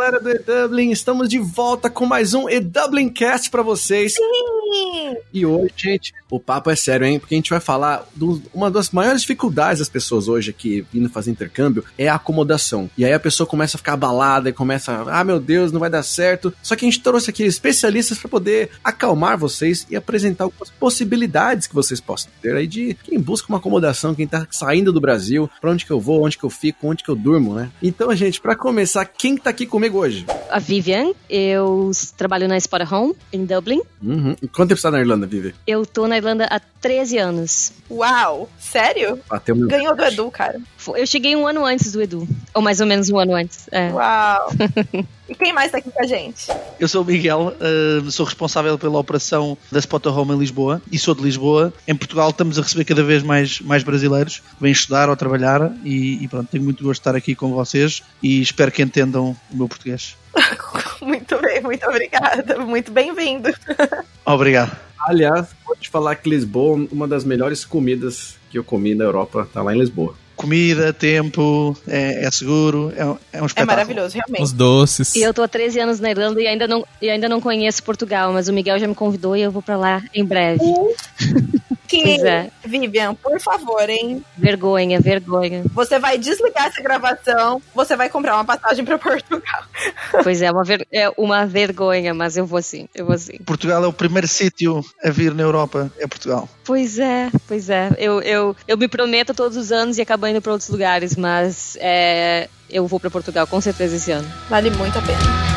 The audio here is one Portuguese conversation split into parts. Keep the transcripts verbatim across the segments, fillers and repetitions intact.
galera do E-Dublin, estamos de volta com mais um E-Dublincast pra vocês. Sim! E hoje, gente, o papo é sério, hein? Porque a gente vai falar de uma das maiores dificuldades das pessoas hoje aqui vindo fazer intercâmbio é a acomodação. E aí a pessoa começa a ficar abalada e começa, ah, meu Deus, não vai dar certo. Só que a gente trouxe aqui especialistas pra poder acalmar vocês e apresentar algumas possibilidades que vocês possam ter aí de quem busca uma acomodação, quem tá saindo do Brasil, pra onde que eu vou, onde que eu fico, onde que eu durmo, né? Então, gente, pra começar, quem tá aqui comigo hoje? A Vivian, eu trabalho na Spotahome, em Dublin. Uhum. E quanto tempo você tá na Irlanda, Vivi? Eu tô na Irlanda há treze anos. Uau! Sério? Bateu meu... Ganhou do Edu, cara. Eu cheguei um ano antes do Edu. Ou mais ou menos um ano antes. É. Uau! E quem mais tá aqui com a gente? Eu sou o Miguel, uh, sou responsável pela operação da Spotahome em Lisboa e sou de Lisboa. Em Portugal estamos a receber cada vez mais, mais brasileiros que vêm estudar ou trabalhar e, e pronto, tenho muito gosto de estar aqui com vocês e espero que entendam o meu português. Muito bem, muito obrigada. Muito bem-vindo. Obrigado. Aliás, vou te falar que Lisboa, uma das melhores comidas que eu comi na Europa, tá lá em Lisboa. Comida, tempo, é, é seguro, é, é um espetáculo. É maravilhoso, realmente. Os doces. E eu tô há treze anos na Irlanda e ainda não, e ainda não conheço Portugal, mas o Miguel já me convidou e eu vou pra lá em breve. Que, Pois é. Vivian, por favor, hein? Vergonha, vergonha. Você vai desligar essa gravação, você vai comprar uma passagem pra Portugal. Pois é, uma ver, é uma vergonha, mas eu vou sim, eu vou sim. Portugal é o primeiro sítio a vir na Europa, é Portugal. Pois é, pois é. Eu, eu, eu me prometo todos os anos e acabo indo pra outros lugares, mas é, eu vou pra Portugal com certeza esse ano. Vale muito a pena.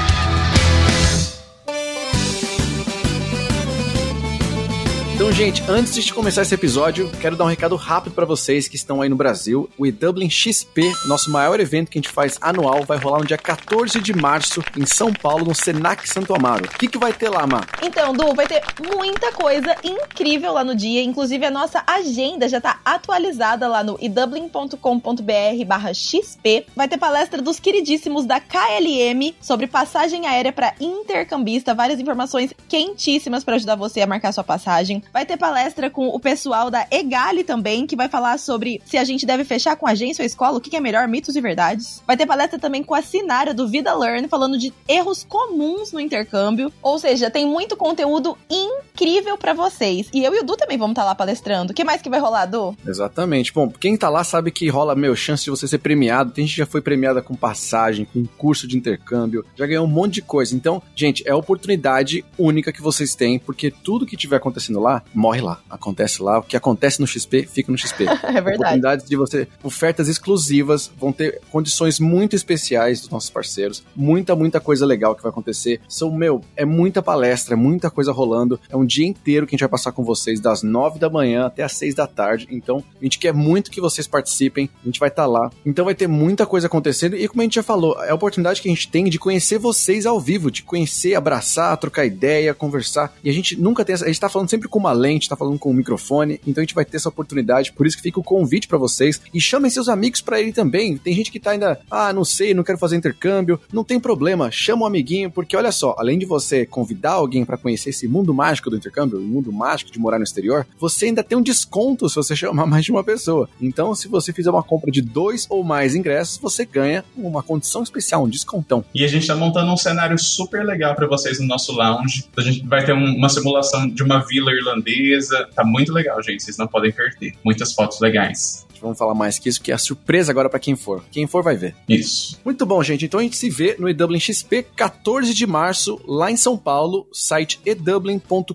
Então, gente, antes de começar esse episódio, quero dar um recado rápido pra vocês que estão aí no Brasil. O E-Dublin X P, nosso maior evento que a gente faz anual, vai rolar no dia quatorze de março em São Paulo, no Senac Santo Amaro. O que que vai ter lá, Má? Então, Du, vai ter muita coisa incrível lá no dia. Inclusive, a nossa agenda já tá atualizada lá no edublin.com.br barra XP. Vai ter palestra dos queridíssimos da K L M sobre passagem aérea para intercambista. Várias informações quentíssimas para ajudar você a marcar sua passagem. Vai ter palestra com o pessoal da Egali também, que vai falar sobre se a gente deve fechar com agência ou escola, o que é melhor, mitos e verdades. Vai ter palestra também com a Sinara do Vida Learn, falando de erros comuns no intercâmbio. Ou seja, tem muito conteúdo incrível pra vocês. E eu e o Du também vamos estar lá palestrando. O que mais que vai rolar, Du? Exatamente. Bom, quem tá lá sabe que rola, meu, chance de você ser premiado. Tem gente que já foi premiada com passagem, com curso de intercâmbio, já ganhou um monte de coisa. Então, gente, é a oportunidade única que vocês têm, porque tudo que tiver acontecendo lá, morre lá, acontece lá, o que acontece no X P, fica no X P. É verdade. Oportunidades de você, ofertas exclusivas, vão ter condições muito especiais dos nossos parceiros, muita, muita coisa legal que vai acontecer. São, meu, é muita palestra, é muita coisa rolando, é um dia inteiro que a gente vai passar com vocês, das nove da manhã até as seis da tarde, então a gente quer muito que vocês participem, a gente vai estar lá, então vai ter muita coisa acontecendo, e como a gente já falou, é a oportunidade que a gente tem de conhecer vocês ao vivo, de conhecer, abraçar, trocar ideia, conversar, e a gente nunca tem essa, a gente tá falando sempre com uma lente, tá falando com um microfone, então a gente vai ter essa oportunidade, por isso que fica o convite pra vocês, e chamem seus amigos pra ele também. Tem gente que tá ainda, ah, não sei, não quero fazer intercâmbio, não tem problema, chama um amiguinho, porque olha só, além de você convidar alguém pra conhecer esse mundo mágico do intercâmbio, o mundo mágico de morar no exterior, você ainda tem um desconto se você chamar mais de uma pessoa. Então, se você fizer uma compra de dois ou mais ingressos, você ganha uma condição especial, um descontão. E a gente tá montando um cenário super legal pra vocês no nosso lounge. A gente vai ter um, uma simulação de uma vila irlandesa. Tá muito legal, gente. Vocês não podem perder. Muitas fotos legais. Vamos falar mais que isso, que é a surpresa agora pra quem for. Quem for vai ver. Isso. Muito bom, gente. Então a gente se vê no E-Dublin X P, quatorze de março, lá em São Paulo, site edublin.com.br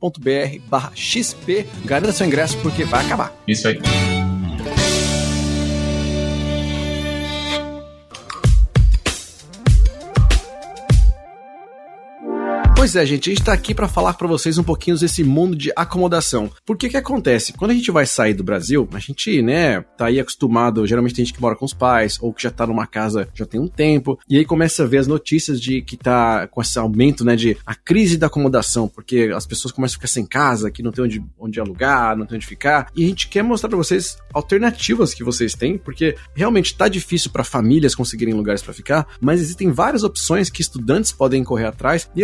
barra XP. Garanta seu ingresso porque vai acabar. Isso aí. Pois é, gente, a gente tá aqui pra falar pra vocês um pouquinho desse mundo de acomodação. Por que que acontece? Quando a gente vai sair do Brasil, a gente, né, tá aí acostumado, geralmente tem gente que mora com os pais, ou que já tá numa casa já tem um tempo, e aí começa a ver as notícias de que tá com esse aumento, né, de a crise da acomodação, porque as pessoas começam a ficar sem casa, que não tem onde, onde alugar, não tem onde ficar, e a gente quer mostrar pra vocês alternativas que vocês têm, porque realmente tá difícil pra famílias conseguirem lugares pra ficar, mas existem várias opções que estudantes podem correr atrás, e às vezes você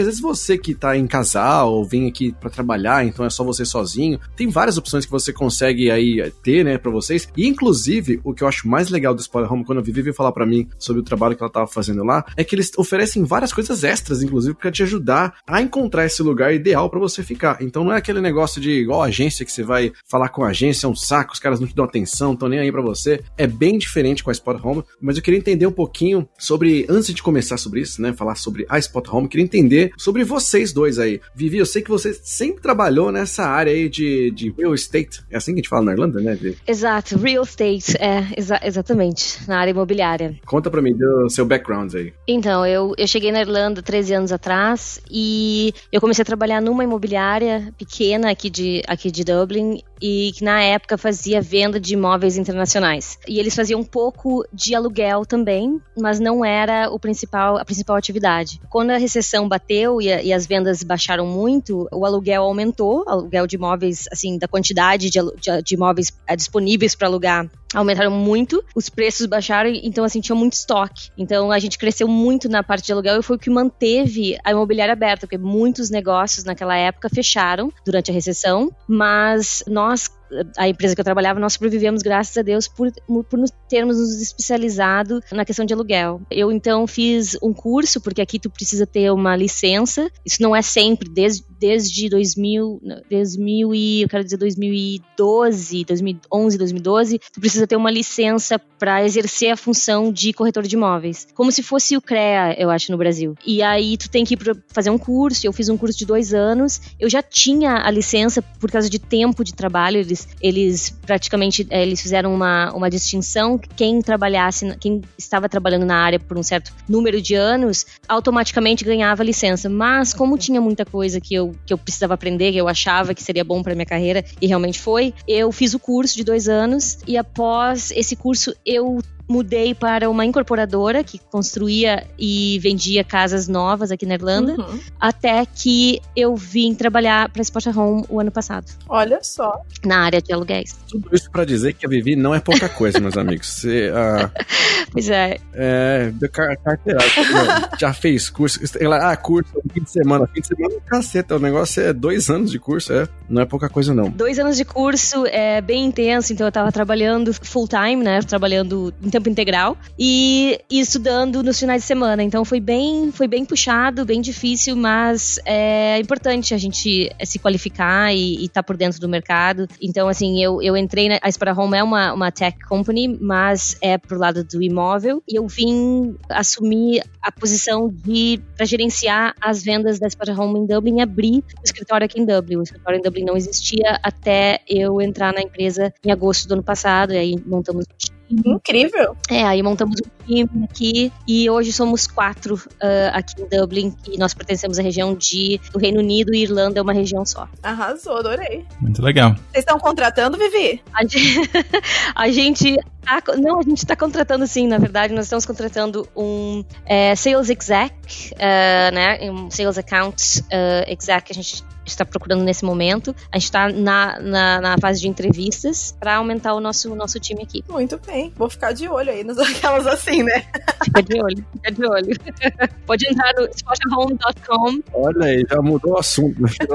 você que tá em casal ou vem aqui pra trabalhar, então é só você sozinho, tem várias opções que você consegue aí ter, né, pra vocês. E, inclusive, o que eu acho mais legal do Spotted Home, quando a Vivi veio falar pra mim sobre o trabalho que ela tava fazendo lá, é que eles oferecem várias coisas extras, inclusive, pra te ajudar a encontrar esse lugar ideal pra você ficar. Então não é aquele negócio de igual agência que você vai falar com a agência, é um saco, os caras não te dão atenção, não estão nem aí pra você. É bem diferente com a Spotted Home, mas eu queria entender um pouquinho sobre, antes de começar sobre isso, né, falar sobre a Spotted Home, eu queria entender sobre vocês dois aí. Vivi, eu sei que você sempre trabalhou nessa área aí de, de real estate, é assim que a gente fala na Irlanda, né, Vivi? Exato, real estate, é, exa- exatamente, na área imobiliária. Conta pra mim do seu background aí. Então, eu, eu cheguei na Irlanda treze anos atrás e eu comecei a trabalhar numa imobiliária pequena aqui de, aqui de Dublin e que na época fazia venda de imóveis internacionais. E eles faziam um pouco de aluguel também, mas não era o principal, a principal atividade. Quando a recessão bateu e, a, e as vendas baixaram muito, o aluguel aumentou, aluguel de imóveis, assim, da quantidade de, de, de imóveis disponíveis para alugar aumentaram muito, os preços baixaram, então assim, tinha muito estoque. Então a gente cresceu muito na parte de aluguel e foi o que manteve a imobiliária aberta, porque muitos negócios naquela época fecharam durante a recessão, mas nós, a empresa que eu trabalhava, nós sobrevivemos, graças a Deus, por, por nos termos nos especializado na questão de aluguel. Eu, então, fiz um curso, porque aqui tu precisa ter uma licença, isso não é sempre, desde, desde dois mil, dois mil e, eu quero dizer dois mil e doze, dois mil e onze, dois mil e doze, tu precisa ter uma licença para exercer a função de corretor de imóveis, como se fosse o C R E A, eu acho, no Brasil. E aí tu tem que ir pra fazer um curso, eu fiz um curso de dois anos, eu já tinha a licença por causa de tempo de trabalho, eles Eles praticamente eles fizeram uma, uma distinção, quem trabalhasse, quem estava trabalhando na área por um certo número de anos, automaticamente ganhava licença. Mas como tinha muita coisa que eu, que eu precisava aprender, que eu achava que seria bom para minha carreira, e realmente foi, eu fiz o curso de dois anos, e após esse curso eu mudei para uma incorporadora que construía e vendia casas novas aqui na Irlanda, uhum. até que eu vim trabalhar para a Spotted Home o ano passado. Olha só. Na área de aluguéis. Tudo isso para dizer que a Vivi não é pouca coisa, meus amigos. Você, ah, pois é. É, de car- carteirada. Já fez curso. Ela, ah, curso, fim de semana. Fim de semana, caceta. O negócio é dois anos de curso, é. Não é pouca coisa, não. Dois anos de curso é bem intenso, então eu tava trabalhando full time, né? Trabalhando em tempo integral e, e estudando nos finais de semana. Então foi bem, foi bem puxado, bem difícil, mas é importante a gente se qualificar e estar tá por dentro do mercado. Então, assim, eu, eu entrei na... A Spotted Home é uma, uma tech company, mas é pro lado do imóvel e eu vim assumir a posição de para gerenciar as vendas da Spotted Home em Dublin e abrir o escritório aqui em Dublin. O escritório em Dublin não existia até eu entrar na empresa em agosto do ano passado, e aí montamos um time. Incrível! É, aí montamos um time aqui e hoje somos quatro uh, aqui em Dublin e nós pertencemos à região de, do Reino Unido e Irlanda é uma região só. Arrasou, adorei. Muito legal. Vocês estão contratando, Vivi? A gente, a gente tá, não, a gente está contratando sim, na verdade, nós estamos contratando um é, sales exec, uh, né, um sales account uh, exec, a gente está procurando nesse momento. A gente está na, na, na fase de entrevistas para aumentar o nosso, nosso time aqui. Muito bem. Vou ficar de olho aí nas aquelas assim, né? Fica de olho, fica de olho. Pode entrar no spotted home ponto com. Olha aí, já mudou o assunto.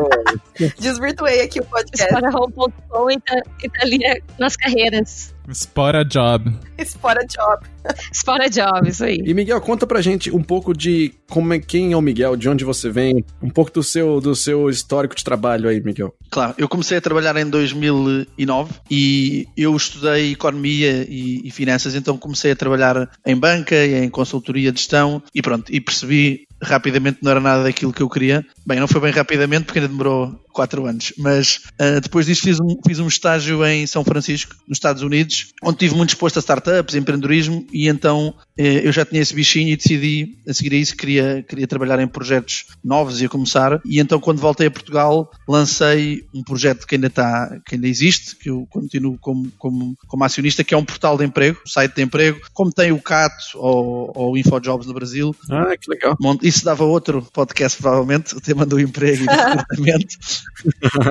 Desvirtuei aqui o podcast. spotted home ponto com e tá, e tá ali nas carreiras. Spotted Job. Spotted Job. Spotted Job, isso aí. E Miguel, conta pra gente um pouco de como é, quem é o Miguel, de onde você vem, um pouco do seu, do seu histórico de trabalho aí, Miguel. Claro, eu comecei a trabalhar em dois mil e nove e eu estudei Economia e, e Finanças, então comecei a trabalhar em banca e em consultoria de gestão e pronto, e percebi rapidamente que não era nada daquilo que eu queria. Bem, não foi bem rapidamente porque ainda demorou quatro anos, mas uh, depois disso fiz um, fiz um estágio em São Francisco, nos Estados Unidos, onde estive muito exposto a startups, empreendedorismo, e então uh, eu já tinha esse bichinho e decidi a seguir a isso, queria, queria trabalhar em projetos novos e a começar, e então quando voltei a Portugal lancei um projeto que ainda, está, que ainda existe, que eu continuo como, como, como acionista, que é um portal de emprego, um site de emprego, como tem o Cato ou, ou InfoJobs no Brasil. Ah, que legal. Isso dava outro podcast, provavelmente, o tema do emprego e do recrutamento.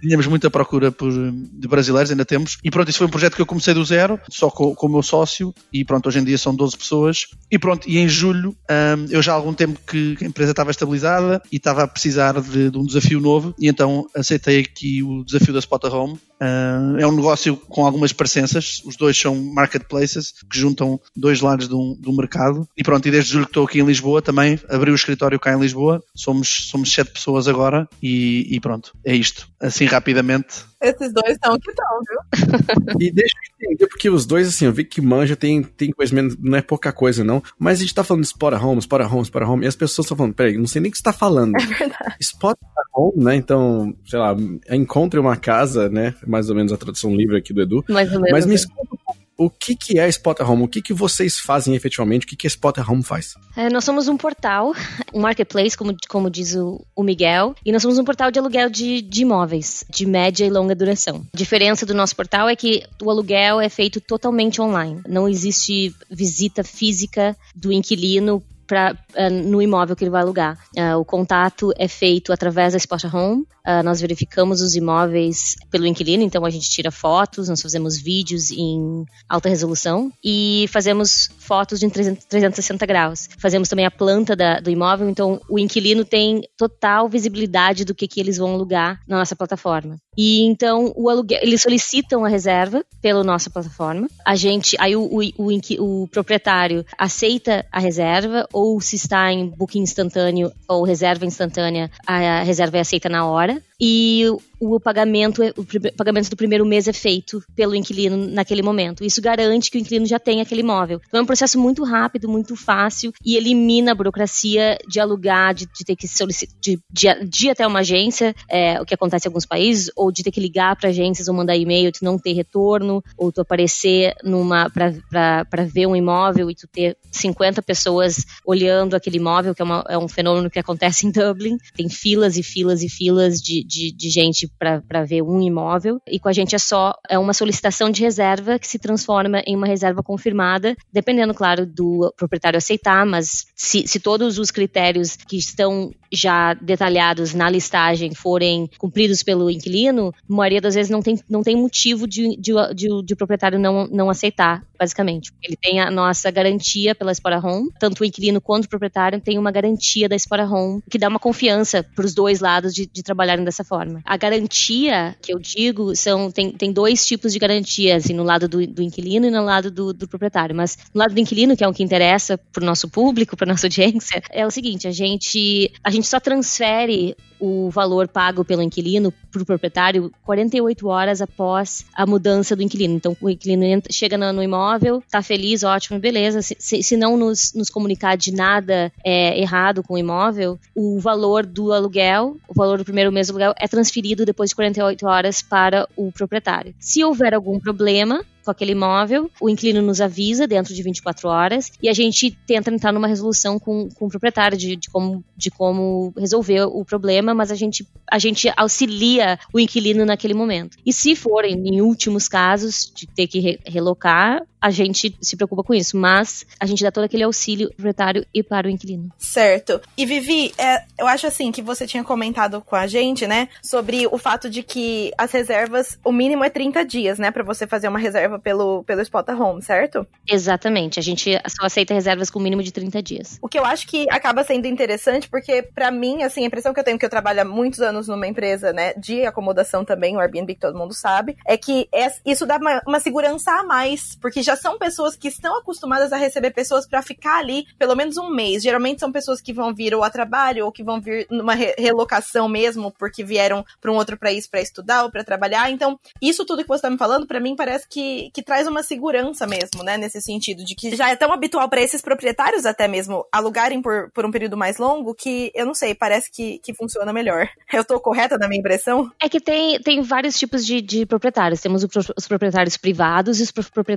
tínhamos muita procura por, de brasileiros, ainda temos, e pronto, isso foi um projeto que eu comecei do zero, só com, com o meu sócio, e pronto, hoje em dia são doze pessoas, e pronto, e em julho, um, eu já há algum tempo que a empresa estava estabilizada e estava a precisar de, de um desafio novo, e então aceitei aqui o desafio da Spot Home. Uh, é um negócio com algumas parecenças, os dois são marketplaces que juntam dois lados de um, de um mercado, e pronto, e desde julho que estou aqui em Lisboa também, abri o escritório cá em Lisboa, somos, somos sete pessoas agora, e, e pronto, é isto, assim rapidamente. Esses dois estão que estão, viu? E deixa eu entender, porque os dois, assim, eu vi que manja, tem, tem conhecimento, não é pouca coisa, não. Mas a gente tá falando de Spot Home, Spot Home, Spot Home, e as pessoas estão falando, peraí, não sei nem o que você tá falando. É verdade. Spot Home, né, então, sei lá, encontre uma casa, né, mais ou menos a tradução livre aqui do Edu. Mais ou menos. Mas me explica um pouco, o que que é Spot Home? O que que vocês fazem efetivamente? O que que a Spot Home faz? É, nós somos um portal, um marketplace, como, como diz o, o Miguel, e nós somos um portal de aluguel de, de imóveis, de média e longa duração. A diferença do nosso portal é que o aluguel é feito totalmente online. Não existe visita física do inquilino Pra, uh, no imóvel que ele vai alugar. Uh, o contato é feito através da Spot Home. Uh, nós verificamos os imóveis pelo inquilino, então a gente tira fotos, nós fazemos vídeos em alta resolução e fazemos fotos de trezentos e sessenta graus. Fazemos também a planta da, do imóvel, então o inquilino tem total visibilidade do que, que eles vão alugar na nossa plataforma. E então o aluguel, eles solicitam a reserva pela nossa plataforma. A gente, aí o, o, o, o proprietário aceita a reserva, ou se está em booking instantâneo ou reserva instantânea, a reserva é aceita na hora. E o pagamento, o pagamento do primeiro mês é feito pelo inquilino naquele momento. Isso garante que o inquilino já tenha aquele imóvel. Então é um processo muito rápido, muito fácil e elimina a burocracia de alugar, de, de ter que solicitar, de, de, de ir até uma agência, é, o que acontece em alguns países, ou de ter que ligar para agências ou mandar e-mail, tu não ter retorno, ou tu aparecer numa para ver um imóvel e tu ter cinquenta pessoas olhando aquele imóvel, que é, uma, é um fenômeno que acontece em Dublin. Tem filas e filas e filas de, de, de gente para ver um imóvel, e com a gente é só é uma solicitação de reserva que se transforma em uma reserva confirmada, dependendo, claro, do proprietário aceitar, mas se, se todos os critérios que estão já detalhados na listagem forem cumpridos pelo inquilino, a maioria das vezes não tem, não tem motivo de, de, de, de o proprietário não, não aceitar, basicamente. Ele tem a nossa garantia pela Spot Home, tanto o inquilino quanto o proprietário tem uma garantia da Spot Home, que dá uma confiança para os dois lados de, de trabalharem dessa forma. A garantia, que eu digo, são, tem, tem dois tipos de garantia, assim, no lado do, do inquilino e no lado do, do proprietário, mas no lado do inquilino, que é o que interessa para o nosso público, para nossa audiência, é o seguinte, a gente, a gente só transfere o valor pago pelo inquilino para o proprietário quarenta e oito horas após a mudança do inquilino. Então, o inquilino entra, chega no, no imóvel, está feliz, ótimo, beleza. Se, se, se não nos, nos comunicar de nada é, errado com o imóvel, o valor do aluguel, o valor do primeiro mês do aluguel é transferido depois de quarenta e oito horas para o proprietário. Se houver algum problema com aquele imóvel, o inquilino nos avisa dentro de vinte e quatro horas e a gente tenta entrar numa resolução com, com o proprietário de, de, como, de como resolver o problema, mas a gente, a gente auxilia o inquilino naquele momento. E se forem, em últimos casos, de ter que re- relocar, a gente se preocupa com isso, mas a gente dá todo aquele auxílio pro proprietário e para o inquilino. Certo. E Vivi, é, eu acho assim que você tinha comentado com a gente, né, sobre o fato de que as reservas, o mínimo é trinta dias, né, pra você fazer uma reserva pelo, pelo Spot Home, certo? Exatamente. A gente só aceita reservas com mínimo de trinta dias. O que eu acho que acaba sendo interessante, porque pra mim, assim, a impressão que eu tenho, que eu trabalho há muitos anos numa empresa, né, de acomodação também, o Airbnb, que todo mundo sabe, é que é, isso dá uma, uma segurança a mais, porque já são pessoas que estão acostumadas a receber pessoas pra ficar ali pelo menos um mês. Geralmente são pessoas que vão vir ou a trabalho, ou que vão vir numa re- relocação mesmo, porque vieram pra um outro país pra estudar ou pra trabalhar. Então, isso tudo que você tá me falando, pra mim, parece que, que traz uma segurança mesmo, né, nesse sentido, de que já é tão habitual pra esses proprietários até mesmo alugarem por, por um período mais longo, que, eu não sei, parece que, que funciona melhor. Eu tô correta na minha impressão? É que tem, tem vários tipos de, de proprietários. Temos os proprietários privados e os proprietários,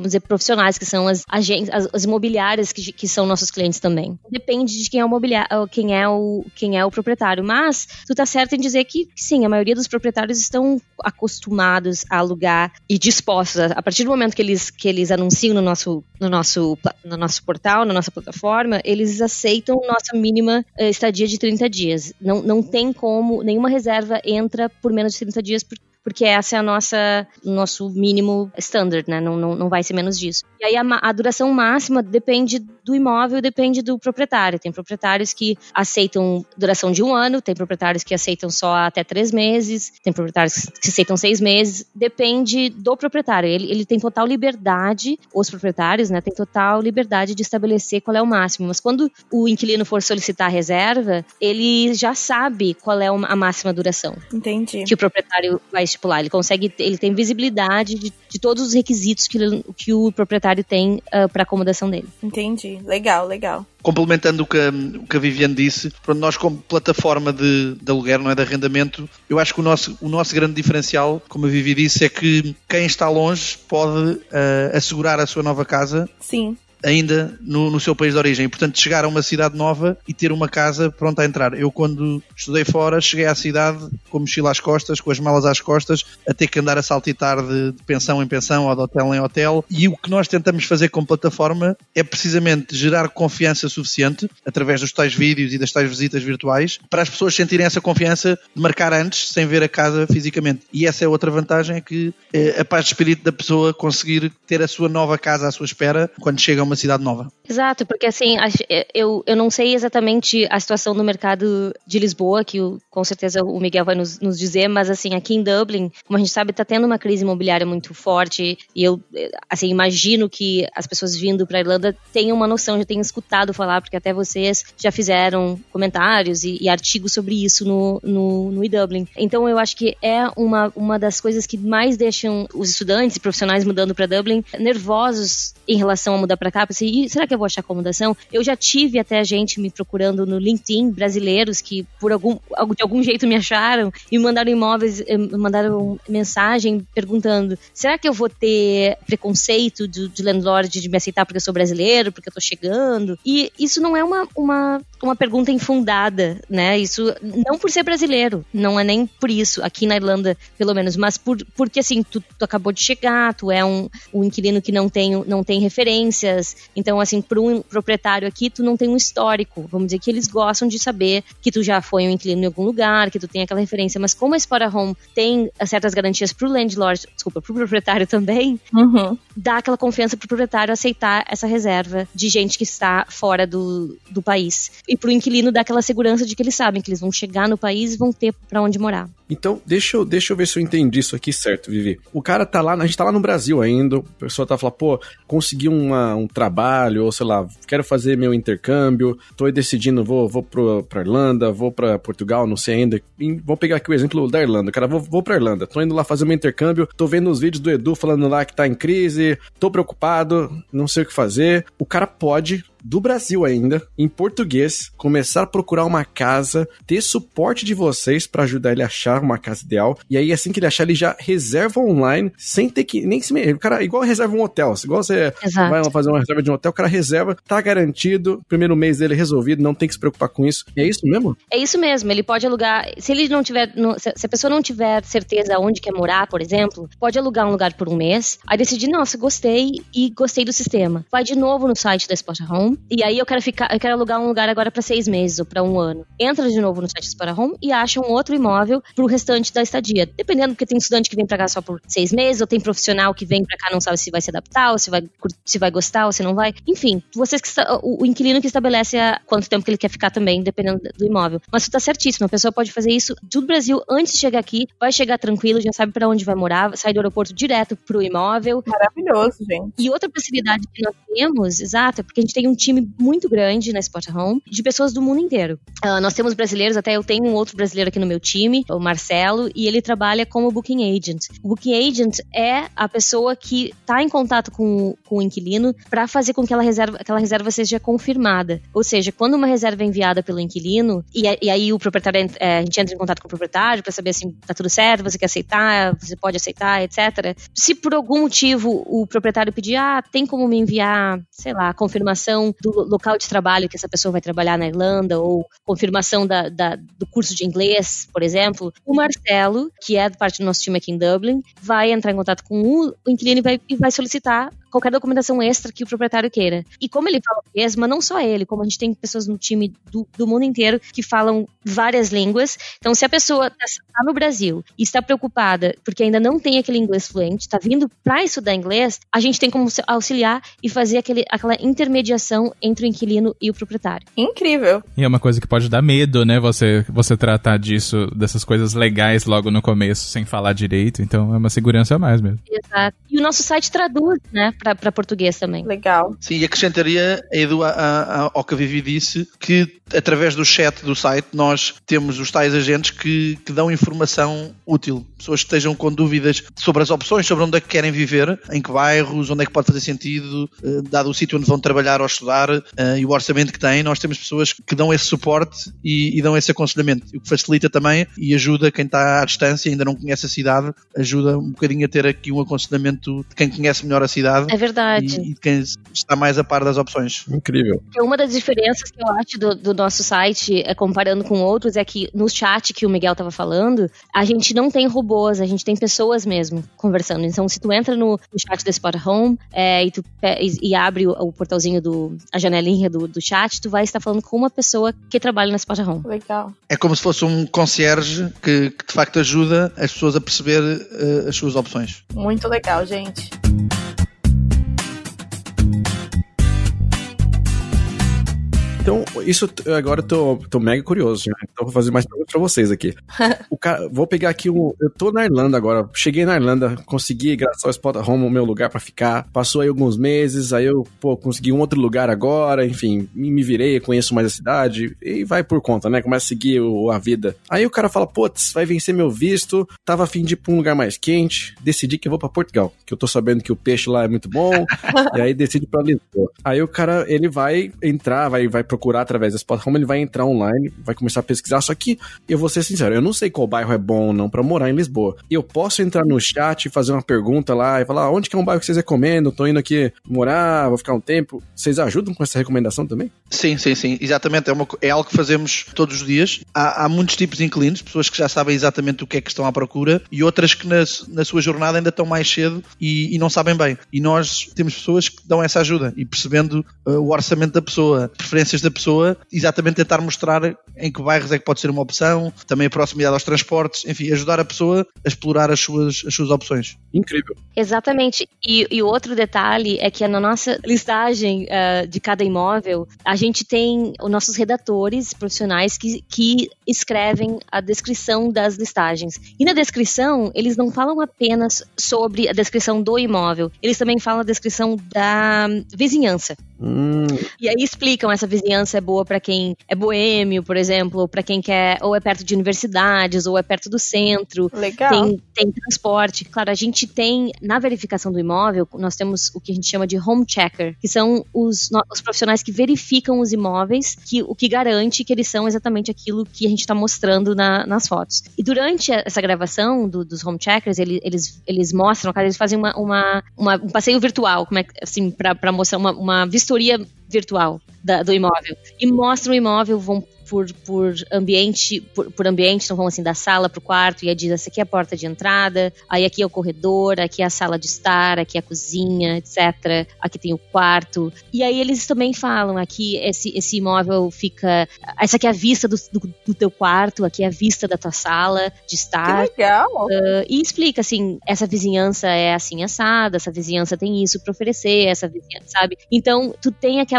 vamos dizer, profissionais, que são as agências, as, as imobiliárias que, que são nossos clientes também. Depende de quem é o imobiliário, quem é o, quem é o proprietário. Mas tu tá certo em dizer que, sim, a maioria dos proprietários estão acostumados a alugar e dispostos, a, a partir do momento que eles, que eles anunciam no nosso, no, nosso, no nosso portal, na nossa plataforma, eles aceitam nossa mínima uh, estadia de trinta dias. Não, não tem como, nenhuma reserva entra por menos de trinta dias, por, porque essa é a nossa nosso mínimo standard, né? Não, não, não vai ser menos disso. E aí a, a duração máxima depende do imóvel, depende do proprietário. Tem proprietários que aceitam duração de um ano, tem proprietários que aceitam só até três meses, tem proprietários que aceitam seis meses. Depende do proprietário. Ele, ele tem total liberdade, os proprietários, né? Tem total liberdade de estabelecer qual é o máximo. Mas quando o inquilino for solicitar a reserva, ele já sabe qual é a máxima duração. Entendi. Que o proprietário vai estipular. Ele consegue, ele tem visibilidade de, de todos os requisitos que, ele, que o proprietário tem uh, para acomodação dele. Entendi. Legal, legal. Complementando o que, a, o que a Viviane disse, pronto, nós como plataforma de, de aluguer, não é de arrendamento, eu acho que o nosso, o nosso grande diferencial, como a Vivi disse, é que quem está longe pode uh, assegurar a sua nova casa. Sim. Ainda no, no seu país de origem. Portanto, chegar a uma cidade nova e ter uma casa pronta a entrar. Eu, quando estudei fora, cheguei à cidade com a mochila às costas, com as malas às costas, a ter que andar a saltitar de, de pensão em pensão ou de hotel em hotel. E o que nós tentamos fazer como plataforma é precisamente gerar confiança suficiente, através dos tais vídeos e das tais visitas virtuais, para as pessoas sentirem essa confiança de marcar antes, sem ver a casa fisicamente. E essa é outra vantagem, é que é a paz de espírito da pessoa conseguir ter a sua nova casa à sua espera quando chega a uma cidade nova. Exato, porque assim, eu, eu não sei exatamente a situação no mercado de Lisboa, que o, com certeza o Miguel vai nos, nos dizer, mas assim, aqui em Dublin, como a gente sabe, está tendo uma crise imobiliária muito forte, e eu assim, imagino que as pessoas vindo para a Irlanda tenham uma noção, já tenham escutado falar, porque até vocês já fizeram comentários e, e artigos sobre isso no, no, no eDublin. Então eu acho que é uma, uma das coisas que mais deixam os estudantes e profissionais mudando para Dublin nervosos em relação a mudar para cá. Assim, será que eu vou achar acomodação? Eu já tive até gente me procurando no LinkedIn, brasileiros que por algum, de algum jeito me acharam e me mandaram imóveis, me mandaram mensagem perguntando, será que eu vou ter preconceito de, de landlord de me aceitar porque eu sou brasileiro, porque eu tô chegando? E isso não é uma, uma, uma pergunta infundada, né? Isso não por ser brasileiro, não é nem por isso, aqui na Irlanda pelo menos, mas por, porque assim, tu, tu acabou de chegar, tu é um, um inquilino que não tem, não tem referências. Então, assim, para um proprietário aqui, tu não tem um histórico. Vamos dizer que eles gostam de saber que tu já foi um inquilino em algum lugar, que tu tem aquela referência. Mas como a Spotahome Home tem certas garantias pro landlord, desculpa, pro proprietário também, uhum. dá aquela confiança pro proprietário aceitar essa reserva de gente que está fora do, do país. E pro inquilino dá aquela segurança de que eles sabem que eles vão chegar no país e vão ter para onde morar. Então, deixa eu, deixa eu ver se eu entendi isso aqui certo, Vivi. O cara tá lá, a gente tá lá no Brasil ainda, a pessoa tá falando, pô, consegui uma, um trabalho, ou sei lá, quero fazer meu intercâmbio, tô aí decidindo, vou, vou pro, pra Irlanda, vou pra Portugal, não sei ainda. E vou pegar aqui o exemplo da Irlanda, cara, vou, vou pra Irlanda, tô indo lá fazer meu intercâmbio, tô vendo os vídeos do Edu falando lá que tá em crise, tô preocupado, não sei o que fazer. O cara pode, do Brasil ainda, em português, começar a procurar uma casa, ter suporte de vocês pra ajudar ele a achar uma casa ideal, e aí assim que ele achar, ele já reserva online, sem ter que, nem se o cara, igual reserva um hotel, igual você Exato. Vai fazer uma reserva de um hotel, o cara reserva, tá garantido, primeiro mês dele resolvido, não tem que se preocupar com isso. É isso mesmo? É isso mesmo, ele pode alugar, se ele não tiver, se a pessoa não tiver certeza onde quer morar, por exemplo, pode alugar um lugar por um mês, aí decidir, nossa, gostei e gostei do sistema. Vai de novo no site da Spotahome Home, e aí eu quero ficar, eu quero alugar um lugar agora para seis meses ou para um ano. Entra de novo no site da Spotahome Home e acha um outro imóvel pro restante da estadia. Dependendo, porque tem estudante que vem pra cá só por seis meses, ou tem profissional que vem pra cá não sabe se vai se adaptar, ou se vai, se vai gostar, ou se não vai. Enfim, vocês que o, o inquilino que estabelece a quanto tempo que ele quer ficar também, dependendo do imóvel. Mas tu tá certíssimo, a pessoa pode fazer isso do Brasil antes de chegar aqui, vai chegar tranquilo, já sabe pra onde vai morar, sai do aeroporto direto pro imóvel. Maravilhoso, gente. E outra facilidade que nós temos, exato, é porque a gente tem um time muito grande na Spot Home, de pessoas do mundo inteiro. Uh, nós temos brasileiros, até eu tenho um outro brasileiro aqui no meu time, o Marcelo, e ele trabalha como Booking Agent. O Booking Agent é a pessoa que está em contato com, com o inquilino para fazer com que aquela reserva, aquela reserva seja confirmada. Ou seja, quando uma reserva é enviada pelo inquilino, e, e aí o proprietário, é, a gente entra em contato com o proprietário para saber assim, tá tudo certo, você quer aceitar, você pode aceitar, etcétera. Se por algum motivo o proprietário pedir, ah, tem como me enviar, sei lá, confirmação do local de trabalho que essa pessoa vai trabalhar na Irlanda, ou confirmação da, da, do curso de inglês, por exemplo, o Marcelo, que é parte do nosso time aqui em Dublin, vai entrar em contato com o inquilino e vai, e vai solicitar qualquer documentação extra que o proprietário queira. E como ele fala português, mas não só ele, como a gente tem pessoas no time do, do mundo inteiro que falam várias línguas. Então, se a pessoa está no Brasil e está preocupada porque ainda não tem aquele inglês fluente, está vindo para estudar inglês, a gente tem como auxiliar e fazer aquele, aquela intermediação entre o inquilino e o proprietário. Incrível! E é uma coisa que pode dar medo, né? Você, você tratar disso, dessas coisas legais logo no começo, sem falar direito. Então, é uma segurança a mais mesmo. Exato. E o nosso site traduz, né? Para português também. Legal. Sim, e acrescentaria, Edu, a, a, ao que a Vivi disse, que através do chat do site nós temos os tais agentes que, que dão informação útil. Pessoas que estejam com dúvidas sobre as opções, sobre onde é que querem viver, em que bairros, onde é que pode fazer sentido, eh, dado o sítio onde vão trabalhar ou estudar eh, e o orçamento que têm, nós temos pessoas que dão esse suporte e, e dão esse aconselhamento. O que facilita também e ajuda quem está à distância e ainda não conhece a cidade, ajuda um bocadinho a ter aqui um aconselhamento de quem conhece melhor a cidade. É verdade. E, e quem está mais a par das opções. Incrível. Uma das diferenças que eu acho do, do nosso site, é, comparando com outros, é que no chat que o Miguel estava falando, a gente não tem robôs, a gente tem pessoas mesmo conversando. Então, se tu entra no, no chat da Spot Home é, e, tu, é, e, e abre o, o portalzinho, do, a janelinha do, do chat, tu vai estar falando com uma pessoa que trabalha na Spot Home. Legal. É como se fosse um concierge que, que de facto ajuda as pessoas a perceber uh, as suas opções. Muito legal, gente. Então, isso agora eu tô, tô mega curioso, né? Então vou fazer mais perguntas pra vocês aqui. O cara, vou pegar aqui um... Eu tô na Irlanda agora, cheguei na Irlanda, consegui, graças ao Spot Home, o meu lugar pra ficar. Passou aí alguns meses, aí eu, pô, consegui um outro lugar agora, enfim, me, me virei, conheço mais a cidade, e vai por conta, né? Começa a seguir o, a vida. Aí o cara fala, putz, vai vencer meu visto, tava a fim de ir pra um lugar mais quente, decidi que eu vou pra Portugal, que eu tô sabendo que o peixe lá é muito bom, e aí decidi pra Lisboa. Aí o cara, ele vai entrar, vai, vai procurar através da Spot Home, ele vai entrar online, vai começar a pesquisar, só que eu vou ser sincero, eu não sei qual bairro é bom ou não pra morar em Lisboa. Eu posso entrar no chat e fazer uma pergunta lá e falar, onde que é um bairro que vocês recomendam? Tô indo aqui morar, vou ficar um tempo. Vocês ajudam com essa recomendação também? Sim, sim, sim, exatamente, é, uma, é algo que fazemos todos os dias. Há, há muitos tipos de inquilinos, pessoas que já sabem exatamente o que é que estão à procura e outras que na, na sua jornada ainda estão mais cedo e, e não sabem bem. E nós temos pessoas que dão essa ajuda e percebendo uh, o orçamento da pessoa, preferências da pessoa, exatamente tentar mostrar em que bairros é que pode ser uma opção, também a proximidade aos transportes, enfim, ajudar a pessoa a explorar as suas, as suas opções. Incrível. Exatamente. E, e outro detalhe é que na nossa listagem uh, de cada imóvel, a gente tem os nossos redatores profissionais que, que escrevem a descrição das listagens. E na descrição, eles não falam apenas sobre a descrição do imóvel, eles também falam a descrição da vizinhança. Hum. E aí explicam, essa vizinhança é boa para quem é boêmio, por exemplo, ou para quem quer, ou é perto de universidades, ou é perto do centro. Legal. Tem, tem transporte. Claro, a gente tem, na verificação do imóvel, nós temos o que a gente chama de home checker, que são os, os profissionais que verificam os imóveis, que, o que garante que eles são exatamente aquilo que a gente está mostrando na, nas fotos. E durante essa gravação do, dos home checkers, eles, eles, eles mostram, eles fazem uma, uma, uma, um passeio virtual, como é, assim, para mostrar uma, uma vistoria virtual da, do imóvel. E mostram o imóvel, vão por, por ambiente, por, por ambiente, então vão assim da sala pro quarto, e aí diz, essa aqui é a porta de entrada, aí aqui é o corredor, aqui é a sala de estar, aqui é a cozinha, etcétera. Aqui tem o quarto. E aí eles também falam, aqui esse, esse imóvel fica, essa aqui é a vista do, do, do teu quarto, aqui é a vista da tua sala de estar. Que legal! Uh, e explica assim, essa vizinhança é assim assada, essa vizinhança tem isso para oferecer, essa vizinhança, sabe? Então, tu tem aquela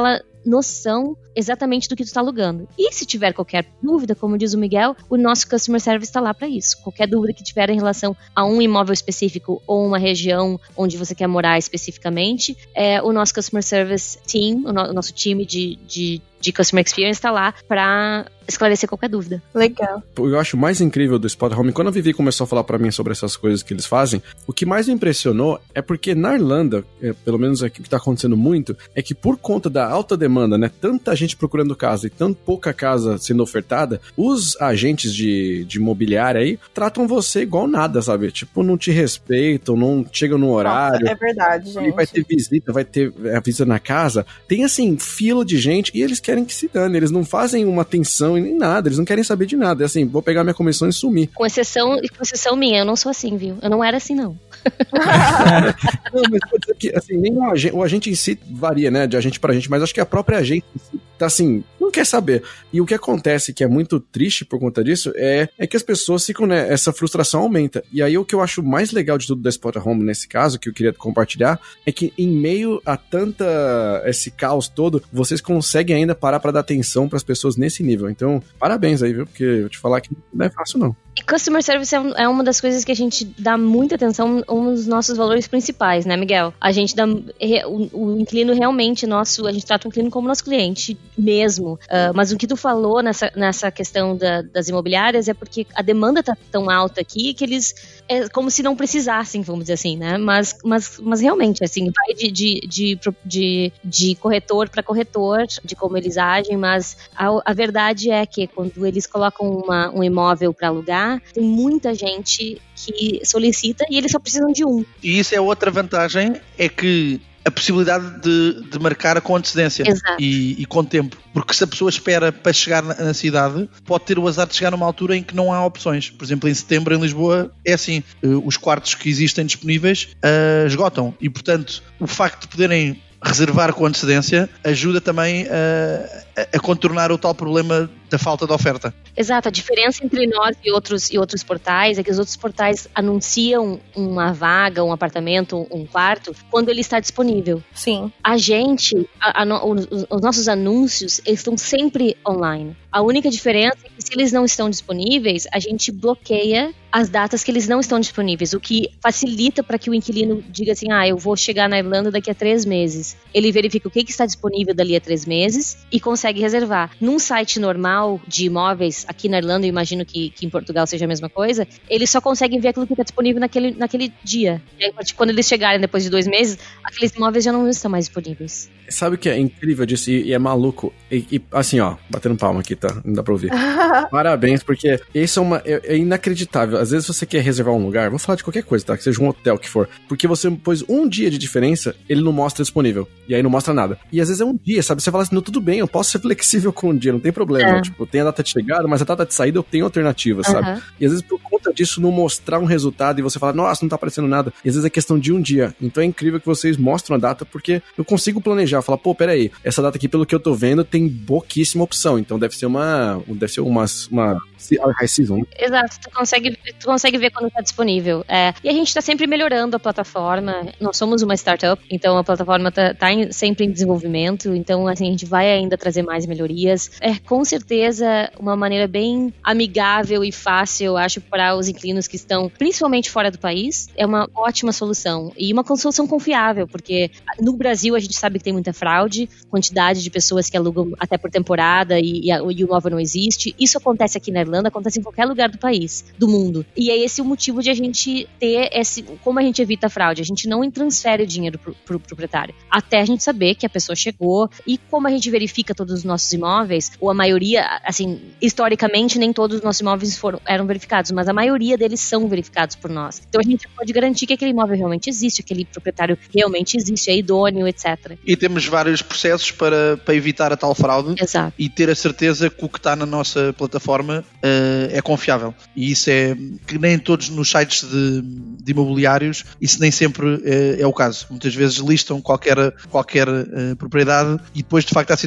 noção exatamente do que tu está alugando. E se tiver qualquer dúvida, como diz o Miguel, o nosso Customer Service está lá para isso. Qualquer dúvida que tiver em relação a um imóvel específico ou uma região onde você quer morar especificamente, é, o nosso Customer Service Team, o, no, o nosso time de, de, de Customer Experience está lá para esclarecer qualquer dúvida. Legal. Eu acho mais incrível do Spot Home, quando a Vivi começou a falar pra mim sobre essas coisas que eles fazem, o que mais me impressionou é porque na Irlanda, é, pelo menos aqui o que tá acontecendo muito, é que por conta da alta demanda, né, tanta gente procurando casa e tão pouca casa sendo ofertada, os agentes de, de imobiliária aí tratam você igual nada, sabe? Tipo, não te respeitam, não chegam no horário. Nossa, é verdade, gente. E vai ter visita, vai ter a visita na casa. Tem, assim, fila de gente e eles querem que se dane. Eles não fazem uma atenção e nem nada, eles não querem saber de nada. É assim, vou pegar minha comissão e sumir. Com exceção, com exceção minha, eu não sou assim, viu? Eu não era assim, não. Não, mas pode dizer que, assim, nem o agente, o agente em si varia, né, de agente pra gente, mas acho que a própria agente em si tá assim, não quer saber. E o que acontece, que é muito triste por conta disso, é, é que as pessoas ficam, né, essa frustração aumenta. E aí o que eu acho mais legal de tudo da Spot Home nesse caso, que eu queria compartilhar, é que em meio a tanta, esse caos todo, vocês conseguem ainda parar pra dar atenção pras pessoas nesse nível. Então, parabéns aí, viu, porque eu vou te falar que não é fácil não. E Customer Service é, é uma das coisas que a gente dá muita atenção, um dos nossos valores principais, né, Miguel? A gente dá, o, o inquilino realmente nosso, a gente trata o inquilino como nosso cliente mesmo. Uh, mas o que tu falou nessa, nessa questão da, das imobiliárias é porque a demanda tá tão alta aqui que eles, é como se não precisassem, vamos dizer assim, né? Mas, mas, mas realmente, assim, vai de, de, de, de, de corretor para corretor, de como eles agem, mas a, a verdade é que quando eles colocam uma, um imóvel para alugar, tem muita gente que solicita e eles só precisam de um. E isso é outra vantagem, é que a possibilidade de, de marcar com antecedência e, e com tempo. Porque se a pessoa espera para chegar na, na cidade, pode ter o azar de chegar numa altura em que não há opções. Por exemplo, em setembro em Lisboa é assim, uh, os quartos que existem disponíveis uh, esgotam. E portanto, o facto de poderem reservar com antecedência ajuda também uh, a, a contornar o tal problema da falta de oferta. Exato, a diferença entre nós e outros, e outros portais é que os outros portais anunciam uma vaga, um apartamento, um quarto, quando ele está disponível. Sim. A gente, a, a, os, os nossos anúncios, eles estão sempre online. A única diferença é que se eles não estão disponíveis, a gente bloqueia as datas que eles não estão disponíveis, o que facilita para que o inquilino diga assim, ah, eu vou chegar na Irlanda daqui a três meses. Ele verifica o que, que está disponível dali a três meses e consegue reservar. Num site normal de imóveis, aqui na Irlanda, eu imagino que, que em Portugal seja a mesma coisa, eles só conseguem ver aquilo que está disponível naquele, naquele dia. E aí, quando eles chegarem depois de dois meses, aqueles imóveis já não estão mais disponíveis. Sabe o que é incrível disso e, e é maluco? E, e assim, ó, batendo palma aqui, tá? Não dá pra ouvir. Parabéns, porque isso é, uma, é, é inacreditável. Às vezes você quer reservar um lugar, vou falar de qualquer coisa, tá? Que seja um hotel que for. Porque você pôs um dia de diferença, ele não mostra disponível. E aí não mostra nada. E às vezes é um dia, sabe? Você fala assim, não, tudo bem, eu posso ser flexível com um dia, não tem problema. É. Tipo, tem a data de chegada, mas a data de saída eu tenho alternativas, uhum. sabe? E às vezes por conta disso não mostrar um resultado e você fala, nossa, não tá aparecendo nada. E às vezes é questão de um dia. Então é incrível que vocês mostram a data, porque eu consigo planejar, falar, pô, peraí, essa data aqui, pelo que eu tô vendo, tem pouquíssima opção. Então deve ser uma, deve ser uma, uma high season. Exato, tu consegue, tu consegue ver quando tá disponível. É, e a gente tá sempre melhorando a plataforma. Nós somos uma startup, então a plataforma tá, tá em, sempre em desenvolvimento. Então, assim, a gente vai ainda trazer mais melhorias. É, com certeza, uma maneira bem amigável e fácil, eu acho, para os inquilinos que estão principalmente fora do país. É uma ótima solução. E uma solução confiável, porque no Brasil a gente sabe que tem muita fraude, quantidade de pessoas que alugam até por temporada e, e, a, e o imóvel não existe. Isso acontece aqui na Irlanda, acontece em qualquer lugar do país, do mundo. E é esse o motivo de a gente ter esse... Como a gente evita a fraude? A gente não transfere o dinheiro pro, pro proprietário. Até a gente saber que a pessoa chegou. E como a gente verifica todos os nossos imóveis, ou a maioria, assim, historicamente nem todos os nossos imóveis foram, eram verificados, mas a maioria deles são verificados por nós. Então a gente pode garantir que aquele imóvel realmente existe, aquele proprietário realmente existe, é idôneo, etcétera. E temos vários processos para, para evitar a tal fraude. Exato. E ter a certeza que o que está na nossa plataforma uh, é confiável. E isso é que nem todos nos sites de, de imobiliários, isso nem sempre uh, é o caso. Muitas vezes listam qualquer, qualquer uh, propriedade e depois de facto há situações de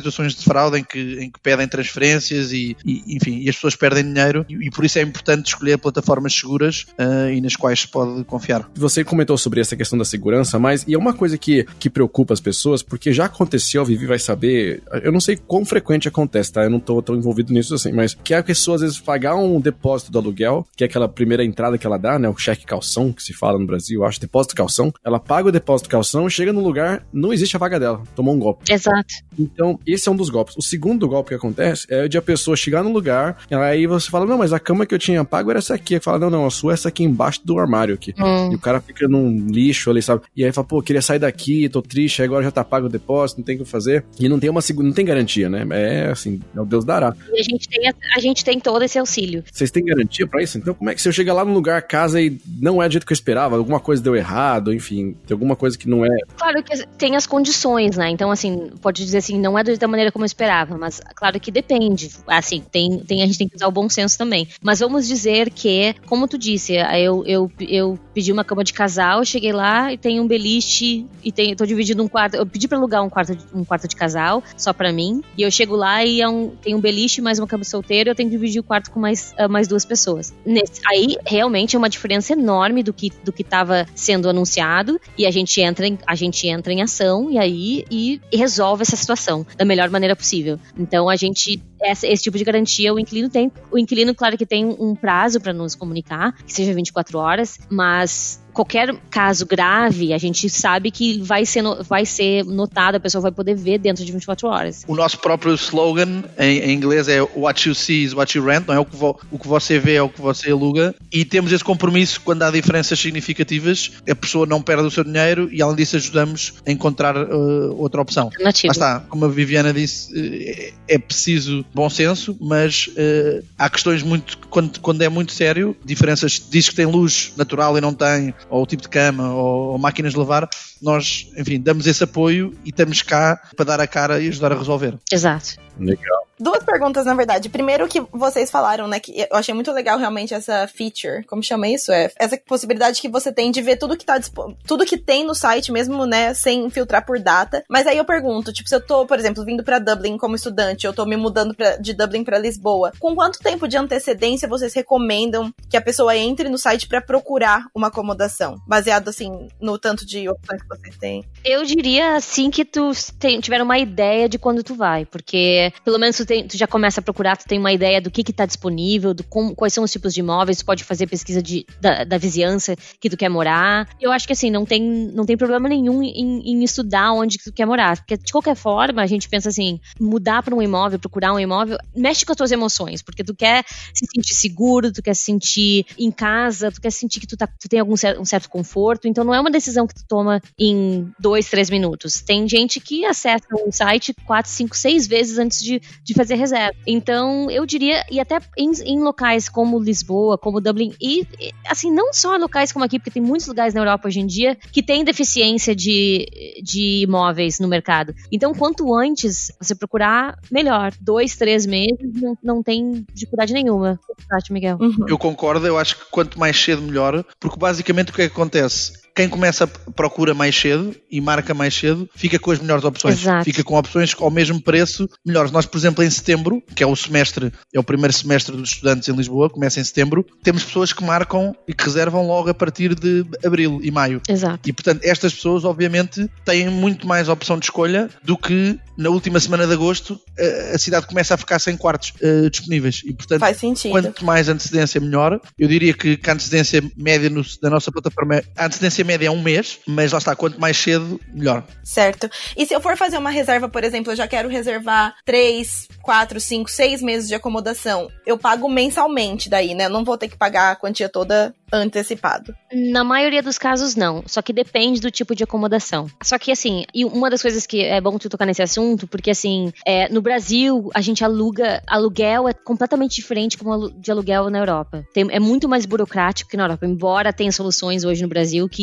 fraude em que, em que pedem transferências e, e, enfim, e as pessoas perdem dinheiro e, e por isso é importante escolher plataformas seguras uh, e nas quais se pode confiar. Você comentou sobre essa questão da segurança, mas e é uma coisa que, que preocupa as pessoas, porque já aconteceu, a Vivi vai saber, eu não sei quão frequente acontece, tá? Eu não tô tão envolvido nisso assim, mas que a pessoa às vezes pagar um depósito do aluguel, que é aquela primeira entrada que ela dá, né? O cheque calção, que se fala no Brasil, eu acho, depósito calção. Ela paga o depósito calção, chega no lugar, não existe a vaga dela, tomou um golpe. Exato. Então, esse é um dos golpes. O segundo golpe que acontece é de a pessoa chegar no lugar, aí você fala, não, mas a cama que eu tinha pago era essa aqui. Aí fala, não, não, a sua é essa aqui embaixo do armário aqui. Hum. E o cara fica num lixo ali, sabe? E aí fala, pô, queria sair daqui, tô triste, agora já tá pago o depósito, não tem o que fazer. E não tem uma segunda, não tem garantia, né? É assim, meu Deus dará. E a gente tem, a, a gente tem todo esse auxílio. Vocês têm garantia pra isso? Então, como é que se eu chegar lá no lugar, casa e não é do jeito que eu esperava, alguma coisa deu errado, enfim, tem alguma coisa que não é... Claro que tem as condições, né? Então, assim, pode dizer assim, não é da maneira como eu esperava, mas claro que depende. Assim, tem, tem, a gente tem que usar o bom senso também. Mas vamos dizer que, como tu disse, eu, eu, eu pedi uma cama de casal, cheguei lá e tem um beliche e tem, tô dividindo um quarto, eu pedi pra alugar um quarto, um quarto de casal, só pra mim, e eu chego lá e é um, tem um beliche mais uma cama solteira, eu tenho que dividir o quarto com mais, uh, mais duas pessoas. Nesse, aí, realmente, é uma diferença enorme do que, do que tava sendo anunciado, e a gente entra em, a gente entra em ação, e aí e, e resolve essa situação da melhor maneira possível. Então, a gente, essa, esse tipo de garantia, o inquilino tem. O inquilino, claro que tem um prazo para nos comunicar, que seja vinte e quatro horas, mas qualquer caso grave, a gente sabe que vai ser, no, vai ser notado, a pessoa vai poder ver dentro de vinte e quatro horas. O nosso próprio slogan em, em inglês é what you see is what you rent, não é? O que, vo, o que você vê é o que você aluga, e temos esse compromisso quando há diferenças significativas, a pessoa não perde o seu dinheiro e além disso ajudamos a encontrar uh, outra opção. Lá está, como a Viviana disse, uh, é preciso bom senso, mas uh, há questões muito, quando, quando é muito sério, diferenças, diz que tem luz natural e não tem, ou o tipo de cama, ou, ou máquinas de lavar, nós, enfim, damos esse apoio e estamos cá para dar a cara e ajudar a resolver. Exato. Legal. Duas perguntas, na verdade. Primeiro que vocês falaram, né, que eu achei muito legal realmente essa feature, como chama isso? É essa possibilidade que você tem de ver tudo que tá tudo que tem no site mesmo, né, sem filtrar por data. Mas aí eu pergunto, tipo, se eu tô, por exemplo, vindo pra Dublin como estudante, eu tô me mudando pra, de Dublin pra Lisboa, com quanto tempo de antecedência vocês recomendam que a pessoa entre no site pra procurar uma acomodação? Baseado, assim, no tanto de opções que vocês têm. Eu diria, assim, que tu tem, tiver uma ideia de quando tu vai, porque pelo menos tu, tem, tu já começa a procurar, tu tem uma ideia do que que tá disponível, do como, quais são os tipos de imóveis, tu pode fazer pesquisa de, da, da vizinhança que tu quer morar. Eu acho que assim, não tem, não tem problema nenhum em, em estudar onde tu quer morar, porque de qualquer forma a gente pensa assim, mudar para um imóvel, procurar um imóvel, mexe com as tuas emoções, porque tu quer se sentir seguro, tu quer se sentir em casa, tu quer sentir que tu, tá, tu tem algum certo, um certo conforto, então não é uma decisão que tu toma em dois, três minutos. Tem gente que acessa um site quatro, cinco, seis vezes antes de, de fazer reserva. Então, eu diria, e até em, em locais como Lisboa, como Dublin, e assim, não só locais como aqui, porque tem muitos lugares na Europa hoje em dia que tem deficiência de, de imóveis no mercado. Então, quanto antes você procurar, melhor. Dois, três meses, não, não tem dificuldade nenhuma. O que você acha, Miguel? Uhum. Eu concordo, eu acho que quanto mais cedo melhor, porque basicamente o que é que acontece? Quem começa a procura mais cedo e marca mais cedo, fica com as melhores opções. Exato. Fica com opções ao mesmo preço melhores. Nós, por exemplo, em setembro, que é o semestre, é o primeiro semestre dos estudantes em Lisboa, começa em setembro, temos pessoas que marcam e que reservam logo a partir de abril e maio. Exato. E, portanto, estas pessoas, obviamente, têm muito mais opção de escolha do que na última semana de agosto a cidade começa a ficar sem quartos uh, disponíveis. E, portanto, faz sentido. Quanto mais antecedência, melhor. Eu diria que, que a antecedência média no, da nossa plataforma, a antecedência média é um mês, mas lá está, quanto mais cedo, melhor. Certo. E se eu for fazer uma reserva, por exemplo, eu já quero reservar três, quatro, cinco, seis meses de acomodação, eu pago mensalmente daí, né? Eu não vou ter que pagar a quantia toda antecipado. Na maioria dos casos, não. Só que depende do tipo de acomodação. Só que, assim, e uma das coisas que é bom tu tocar nesse assunto, porque, assim, é, no Brasil, a gente aluga, aluguel é completamente diferente como de aluguel na Europa. Tem, é muito mais burocrático que na Europa, embora tenha soluções hoje no Brasil que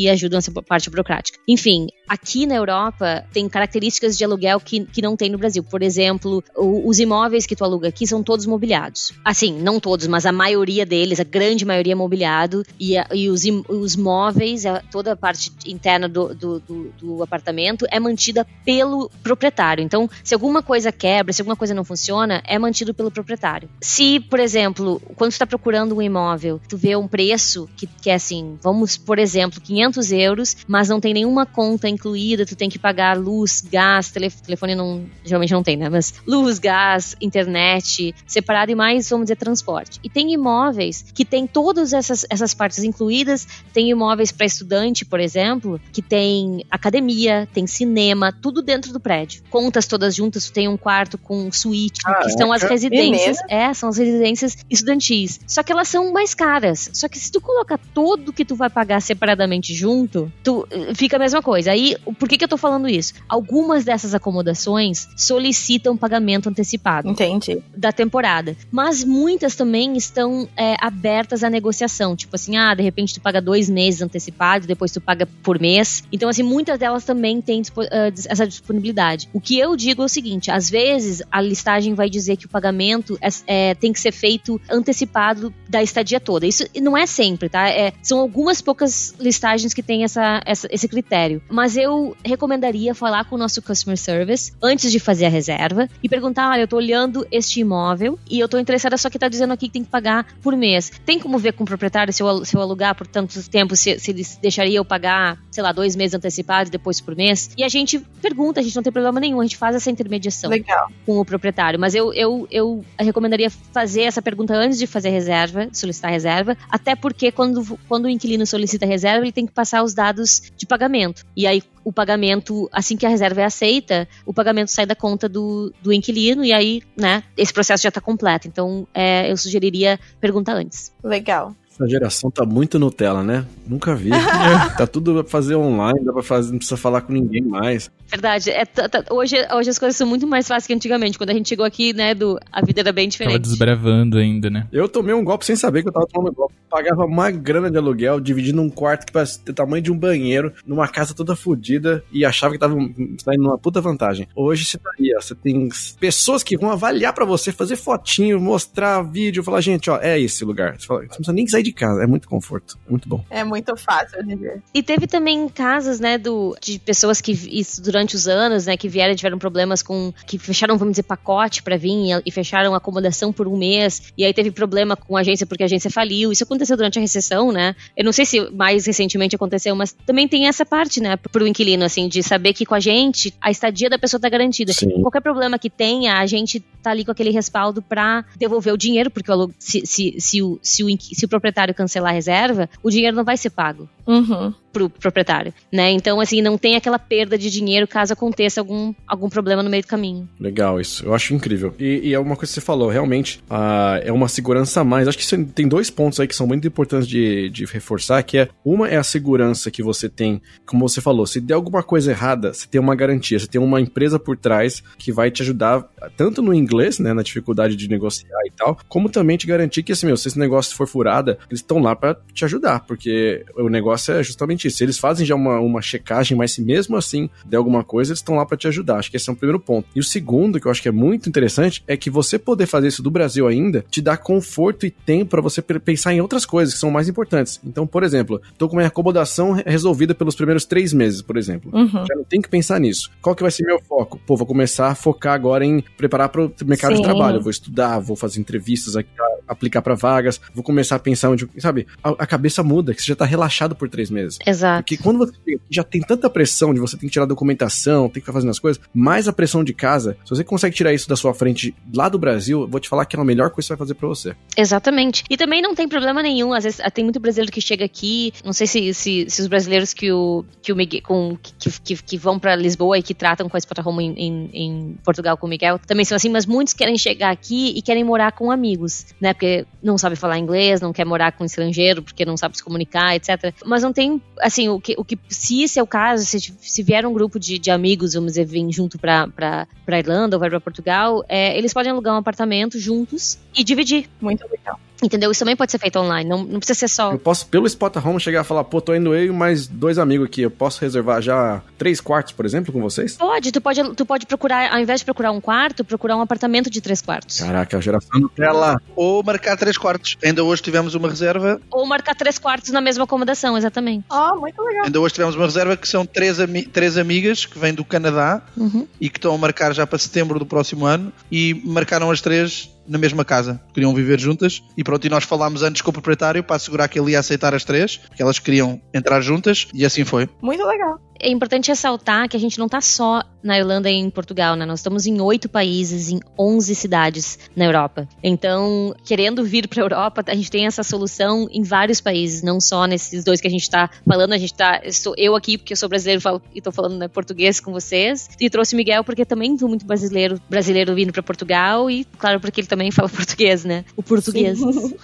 e ajudam essa parte burocrática. Enfim, aqui na Europa tem características de aluguel que, que não tem no Brasil. Por exemplo, o, os imóveis que tu aluga aqui são todos mobiliados. Assim, não todos, mas a maioria deles, a grande maioria é mobiliado, e, a, e os, os móveis, a, toda a parte interna do, do, do, do apartamento é mantida pelo proprietário. Então, se alguma coisa quebra, se alguma coisa não funciona, é mantido pelo proprietário. Se, por exemplo, quando tu está procurando um imóvel, tu vê um preço que, que é assim, vamos, por exemplo, quinhentos euros, mas não tem nenhuma conta incluída, tu tem que pagar luz, gás, telefone, telefone não, geralmente não tem, né? Mas luz, gás, internet, separado e mais, vamos dizer, transporte. E tem imóveis que tem todas essas, essas partes incluídas, tem imóveis para estudante, por exemplo, que tem academia, tem cinema, tudo dentro do prédio. Contas todas juntas, tu tem um quarto com suíte, ah, que são as residências, é, são as residências estudantis. Só que elas são mais caras. Só que se tu colocar tudo que tu vai pagar separadamente junto, tu, fica a mesma coisa. Aí, por que que eu tô falando isso? Algumas dessas acomodações solicitam pagamento antecipado. Entendi. Da temporada. Mas muitas também estão é, abertas à negociação. Tipo assim, ah, de repente tu paga dois meses antecipado, depois tu paga por mês. Então, assim, muitas delas também têm uh, essa disponibilidade. O que eu digo é o seguinte, às vezes a listagem vai dizer que o pagamento é, é, tem que ser feito antecipado da estadia toda. Isso não é sempre, tá? É, são algumas poucas listagens que têm essa, essa, esse critério. Mas eu recomendaria falar com o nosso customer service antes de fazer a reserva e perguntar, olha, eu tô olhando este imóvel e eu tô interessada, só que tá dizendo aqui que tem que pagar por mês. Tem como ver com o proprietário se eu, se eu alugar por tanto tempo, se, se eles deixaria eu pagar, sei lá, dois meses antecipados e depois por mês? E a gente pergunta, a gente não tem problema nenhum, a gente faz essa intermediação. Legal. Com o proprietário. Mas eu, eu, eu recomendaria fazer essa pergunta antes de fazer reserva, solicitar reserva, até porque quando, quando o inquilino solicita reserva, ele tem que passar os dados de pagamento. E aí o pagamento, assim que a reserva é aceita, o pagamento sai da conta do, do inquilino e aí, né, esse processo já está completo. Então, é, eu sugeriria perguntar antes. Legal. Essa geração tá muito Nutella, né? Nunca vi. Tá tudo pra fazer online, dá pra fazer, não precisa falar com ninguém mais. Verdade. É, tá, tá, hoje, hoje as coisas são muito mais fáceis que antigamente. Quando a gente chegou aqui, né, do, a vida era bem diferente. Tava desbravando ainda, né? Eu tomei um golpe sem saber que eu tava tomando golpe. Pagava uma grana de aluguel, dividindo um quarto que parece ter tamanho de um banheiro, numa casa toda fodida, e achava que tava saindo numa puta vantagem. Hoje você tá aí, ó, você tem pessoas que vão avaliar pra você, fazer fotinho, mostrar vídeo, falar, gente, ó, é esse lugar. Você fala, você não precisa nem sair de casa, é muito conforto, é muito bom. É muito fácil de ver. E teve também casos, né, do, de pessoas que, isso, durante os anos, né, que vieram, tiveram problemas com, que fecharam, vamos dizer, pacote pra vir e, e fecharam acomodação por um mês, e aí teve problema com a agência porque a agência faliu. Isso aconteceu durante a recessão, né? Eu não sei se mais recentemente aconteceu, mas também tem essa parte, né, pro inquilino, assim, de saber que com a gente, a estadia da pessoa tá garantida. Sim. Qualquer problema que tenha, a gente tá ali com aquele respaldo pra devolver o dinheiro, porque o, se, se, se, o, se, o, se o proprietário cancelar a reserva, o dinheiro não vai ser pago. Uhum. Pro proprietário, né? Então, assim, não tem aquela perda de dinheiro caso aconteça algum, algum problema no meio do caminho. Legal isso, eu acho incrível. E, e é uma coisa que você falou, realmente, uh, é uma segurança a mais. Acho que você tem dois pontos aí que são muito importantes de, de reforçar, que é, uma é a segurança que você tem, como você falou, se der alguma coisa errada, você tem uma garantia, você tem uma empresa por trás que vai te ajudar, tanto no inglês, né, na dificuldade de negociar e tal, como também te garantir que, assim, meu, se esse negócio for furada, eles estão lá pra te ajudar, porque o negócio é justamente isso. Eles fazem já uma, uma checagem, mas se mesmo assim der alguma coisa, eles estão lá pra te ajudar. Acho que esse é o primeiro ponto. E o segundo, que eu acho que é muito interessante, é que você poder fazer isso do Brasil ainda, te dá conforto e tempo pra você pensar em outras coisas que são mais importantes. Então, por exemplo, tô com minha acomodação resolvida pelos primeiros três meses, por exemplo. Uhum. Já não tenho que pensar nisso. Qual que vai ser meu foco? Pô, vou começar a focar agora em preparar pro mercado Sim. de trabalho. Eu vou estudar, vou fazer entrevistas aqui, aplicar pra vagas, vou começar a pensar onde, sabe, a, a cabeça muda, que você já tá relaxado por três meses. Exato. Porque quando você já tem tanta pressão de você tem que tirar documentação, tem que ficar fazendo as coisas, mais a pressão de casa, se você consegue tirar isso da sua frente lá do Brasil, eu vou te falar que é a melhor coisa que você vai fazer pra você. Exatamente. E também não tem problema nenhum, às vezes tem muito brasileiro que chega aqui, não sei se, se, se os brasileiros que, o, que, o Miguel, com, que, que, que vão pra Lisboa e que tratam com a Spot Home em, em, em Portugal com o Miguel, também são assim, mas muitos querem chegar aqui e querem morar com amigos, né, porque não sabe falar inglês, não quer morar com um estrangeiro, porque não sabe se comunicar, etcétera. Mas não tem, assim, o que, o que se esse é o caso, se, se vier um grupo de, de amigos, vamos dizer, vir junto pra, pra, pra Irlanda ou vai pra Portugal, é, eles podem alugar um apartamento juntos e dividir. Muito legal. Entendeu? Isso também pode ser feito online, não, não precisa ser só... Eu posso, pelo Spot Home, chegar a falar, pô, tô indo eu e mais dois amigos aqui, eu posso reservar já três quartos, por exemplo, com vocês? Pode, tu pode, tu pode procurar, ao invés de procurar um quarto, procurar um apartamento de três quartos. Caraca, a geração Nutella. Ou marcar três quartos. Ainda hoje tivemos uma reserva. Ou marcar três quartos na mesma acomodação, exatamente. Ó, oh, muito legal. Ainda hoje tivemos uma reserva que são três, ami- três amigas que vêm do Canadá Uhum. e que estão a marcar já para setembro do próximo ano e marcaram as três na mesma casa. Queriam viver juntas e pronto, e nós falámos antes com o proprietário para assegurar que ele ia aceitar as três, porque elas queriam entrar juntas e assim foi. Muito legal. É importante ressaltar que a gente não está só na Irlanda e em Portugal, né? Nós estamos em oito países, em onze cidades na Europa. Então, querendo vir para a Europa, a gente tem essa solução em vários países, não só nesses dois que a gente está falando. A gente tá, sou eu aqui porque eu sou brasileiro falo, e estou falando, né, português com vocês. E trouxe o Miguel porque também sou muito brasileiro, brasileiro vindo para Portugal e, claro, porque ele também fala português, né? O português.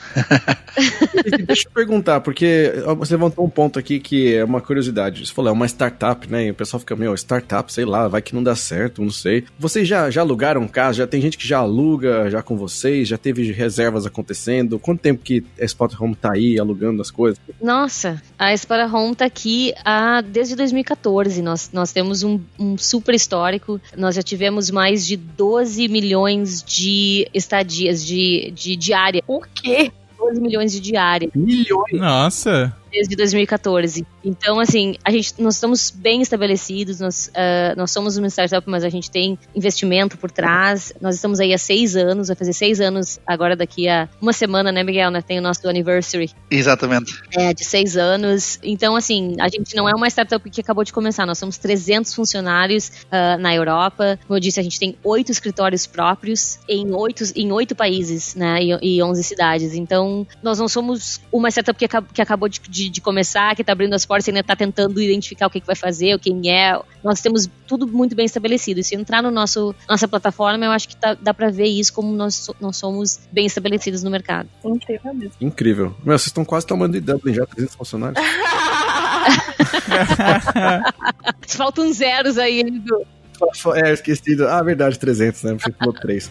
Deixa eu perguntar, porque você levantou um ponto aqui que é uma curiosidade. Você falou, é uma startup, né? E o pessoal fica, meu, startup, sei lá, vai que não dá certo, não sei. Vocês já, já alugaram casa? Já tem gente que já aluga já com vocês? Já teve reservas acontecendo? Quanto tempo que a Spot Home tá aí alugando as coisas? Nossa, a Spot Home tá aqui há, desde dois mil e catorze. Nós, nós temos um, um super histórico. Nós já tivemos mais de doze milhões de estadias, de, de diária. O quê? doze milhões de diária. Milhões! Nossa! Desde dois mil e catorze. Então, assim, a gente, nós estamos bem estabelecidos, nós, uh, nós somos uma startup, mas a gente tem investimento por trás. Nós estamos aí há seis anos, vai fazer seis anos agora daqui a uma semana, né, Miguel? Né? Tem o nosso anniversary. Exatamente. É, de seis anos. Então, assim, a gente não é uma startup que acabou de começar, nós somos trezentos funcionários uh, na Europa. Como eu disse, a gente tem oito escritórios próprios em oito, em oito países, né, e, e onze cidades. Então, nós não somos uma startup que, acab- que acabou de, de de começar, que tá abrindo as portas e ainda tá tentando identificar o que, que vai fazer, quem é. Nós temos tudo muito bem estabelecido. E se entrar no nosso nossa plataforma, eu acho que tá, dá pra ver isso como nós, nós somos bem estabelecidos no mercado. Incrível mesmo. Incrível. Meu, vocês estão quase tomando de Dublin já, trezentos funcionários. Faltam zeros aí, Edu. É, eu esqueci. Ah, verdade, trezentos, né? Você pulou três.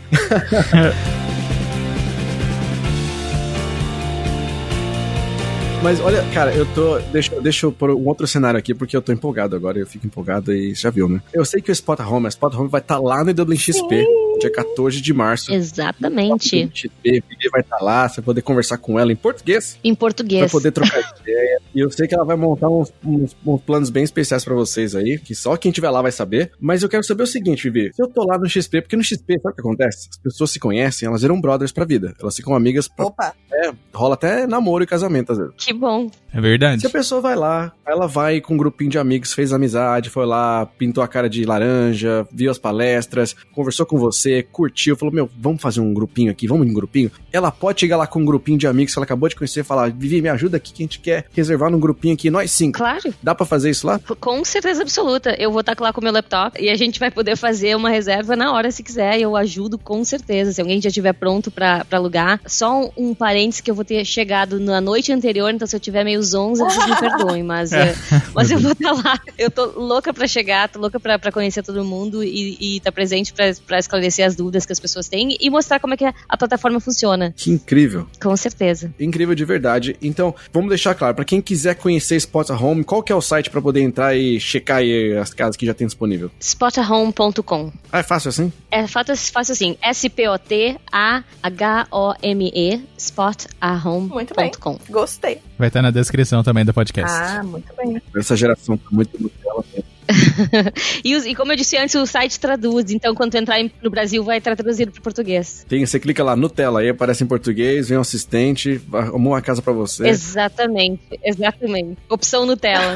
Mas olha, cara, eu tô... Deixa, deixa eu pôr um outro cenário aqui, porque eu tô empolgado agora, eu fico empolgado e já viu, né? Eu sei que o Spot Home, a Spot Home vai estar tá lá no Dublin X P, sim, dia catorze de março. Exatamente. X P, a Vivi vai estar tá lá, você vai poder conversar com ela em português. Em português. Vai poder trocar ideia. E eu sei que ela vai montar uns, uns, uns planos bem especiais pra vocês aí, que só quem estiver lá vai saber. Mas eu quero saber o seguinte, Vivi, se eu tô lá no X P, porque no X P, sabe o que acontece? As pessoas se conhecem, elas viram brothers pra vida. Elas ficam amigas pra... Opa! É, rola até namoro e casamento, às vezes. Que bom. É verdade. Se a pessoa vai lá, ela vai com um grupinho de amigos, fez amizade, foi lá, pintou a cara de laranja, viu as palestras, conversou com você, curtiu, falou, meu, vamos fazer um grupinho aqui, vamos em um grupinho? Ela pode chegar lá com um grupinho de amigos que ela acabou de conhecer e falar, Vivi, me ajuda aqui que a gente quer reservar num grupinho aqui, nós cinco. Claro. Dá pra fazer isso lá? Com certeza absoluta. Eu vou estar lá com o meu laptop e a gente vai poder fazer uma reserva na hora se quiser. Eu ajudo com certeza. Se alguém já estiver pronto pra, pra alugar. Só um, um parênteses que eu vou ter chegado na noite anterior, então se eu tiver meio zonza, vocês me perdoem, mas, é. mas eu vou estar lá. Eu tô louca pra chegar, tô louca pra, pra conhecer todo mundo e estar tá presente pra, pra esclarecer as dúvidas que as pessoas têm e mostrar como é que a, a plataforma funciona. Que incrível. Com certeza. Incrível de verdade. Então, vamos deixar claro, pra quem quiser conhecer Spot Home, qual que é o site pra poder entrar e checar aí as casas que já tem disponível? spot a home ponto com. Ah, é fácil assim? É fácil, fácil assim. S P O T A H O M E spot a home ponto com. Muito bem. Gostei. Vai estar na descrição também do podcast. Ah, muito bem. Essa geração tá muito Nutella mesmo. e, os, e como eu disse antes, o site traduz, então quando tu entrar em, no Brasil vai estar traduzido para português. Tem, você clica lá, Nutella, aí aparece em português, vem um assistente, arrumou uma casa pra você. Exatamente, exatamente. Opção Nutella.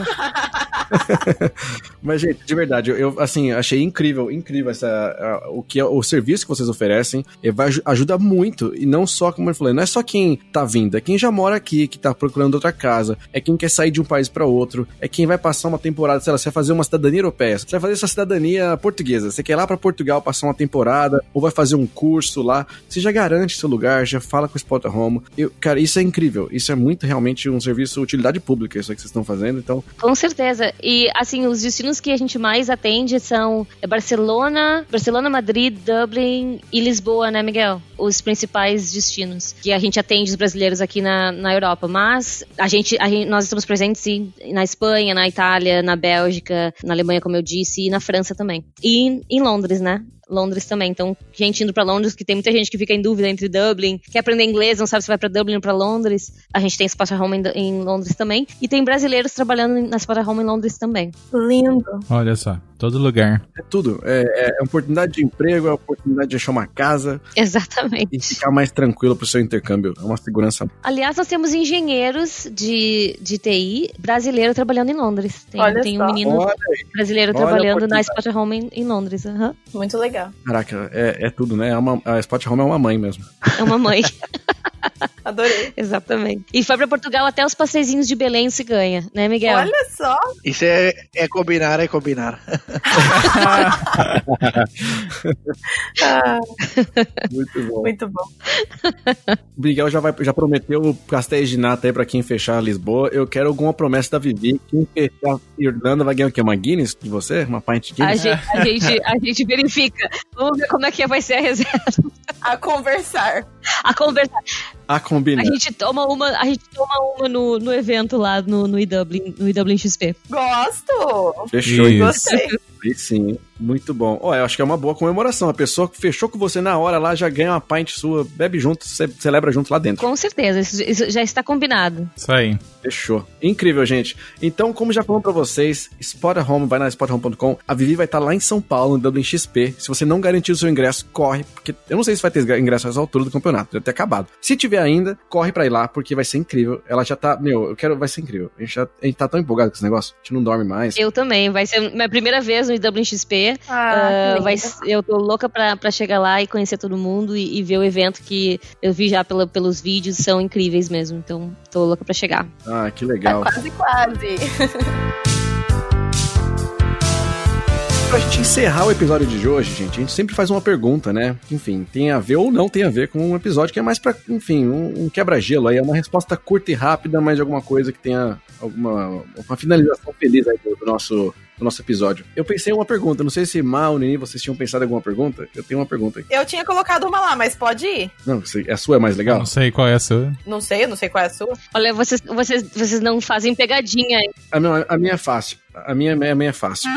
Mas, gente, de verdade, eu, eu assim, achei incrível, incrível essa, a, o, que é, o serviço que vocês oferecem, e vai, ajuda muito, e não só, como eu falei, não é só quem tá vindo, é quem já mora aqui, que tá procurando outra casa, é quem quer sair de um país pra outro, é quem vai passar uma temporada, sei lá, você vai fazer uma cidade cidadania europeia. Você vai fazer essa cidadania portuguesa. Você quer ir lá pra Portugal passar uma temporada, ou vai fazer um curso lá, você já garante seu lugar, já fala com o Spot Home. Eu, cara, isso é incrível. Isso é muito realmente um serviço de utilidade pública, isso aí que vocês estão fazendo, então... Com certeza. E, assim, os destinos que a gente mais atende são Barcelona, Barcelona, Madrid, Dublin e Lisboa, né, Miguel? Os principais destinos que a gente atende os brasileiros aqui na, na Europa. Mas a gente, a gente, nós estamos presentes em, na Espanha, na Itália, na Bélgica, na Alemanha, como eu disse, e na França também. E em Londres, né? Londres também, então gente indo pra Londres, que tem muita gente que fica em dúvida entre Dublin, quer aprender inglês, não sabe se vai pra Dublin ou pra Londres, a gente tem Spot Home em, em Londres também, e tem brasileiros trabalhando na Spot Home em Londres também. Lindo. Olha só, todo lugar. É tudo, é, é oportunidade de emprego, é oportunidade de achar uma casa. Exatamente. E ficar mais tranquilo pro seu intercâmbio, é uma segurança. Aliás, nós temos engenheiros de, de T I brasileiro trabalhando em Londres. Tem, Olha tem só. um menino brasileiro Olha trabalhando na Spot Home em, em Londres. Uhum. Muito legal. Caraca, é, é tudo, né? É uma, a Spot Home é uma mãe mesmo. É uma mãe. Adorei. Exatamente. E foi pra Portugal, até os passeizinhos de Belém se ganha, né, Miguel? Olha só. Isso é, é combinar, é combinar. Ah, Muito bom. muito bom. O Miguel já, vai, já prometeu pastéis de nata aí pra quem fechar Lisboa. Eu quero alguma promessa da Vivi. Quem fechar Irlanda vai ganhar o quê? Uma Guinness de você? Uma pint de A Guinness? gente, a, gente, a gente verifica. Vamos ver como é que vai ser a reserva. A conversar. A conversar. A combinar. A gente toma uma, a gente toma uma no, no evento lá no, no E-Dublin, no E-Dublin X P. Gosto. Fechou. Isso. Gostei. Aí sim, muito bom. Ó, eu acho que é uma boa comemoração. A pessoa que fechou com você na hora lá já ganha uma pint sua, bebe junto, ce- celebra junto lá dentro. Com certeza, isso, isso já está combinado. Isso aí. Fechou. Incrível, gente. Então, como já falamos pra vocês, Spot Home, vai na spot home ponto com. A Vivi vai estar lá em São Paulo, no Dublin X P. Se você não garantiu o seu ingresso, corre, porque eu não sei se vai ter ingresso nessa altura do campeonato, já ter acabado. Se tiver ainda, corre pra ir lá, porque vai ser incrível. Ela já tá, meu, eu quero, vai ser incrível. A gente, já, a gente tá tão empolgado com esse negócio, a gente não dorme mais. Eu também, vai ser minha primeira vez no Dublin X P. Ah, Uh, vai, eu tô louca pra, pra chegar lá e conhecer todo mundo e, e ver o evento que eu vi já pela, pelos vídeos, são incríveis mesmo. Então, tô louca pra chegar. Ah, que legal. Tá quase, quase. Pra gente encerrar o episódio de hoje, gente, a gente sempre faz uma pergunta, né? Enfim, tem a ver ou não tem a ver com um episódio que é mais pra, enfim, um, um quebra-gelo aí. É uma resposta curta e rápida, mas de alguma coisa que tenha alguma uma finalização feliz aí do, do nosso... do nosso episódio. Eu pensei em uma pergunta, não sei se Mal, Nini, vocês tinham pensado em alguma pergunta? Eu tenho uma pergunta aí. Eu tinha colocado uma lá, mas pode ir? Não, a sua é mais Eu legal? não sei qual é a sua. Não sei, eu não sei qual é a sua. Olha, vocês, vocês, vocês não fazem pegadinha. A minha, a minha é fácil. A minha, a minha é fácil.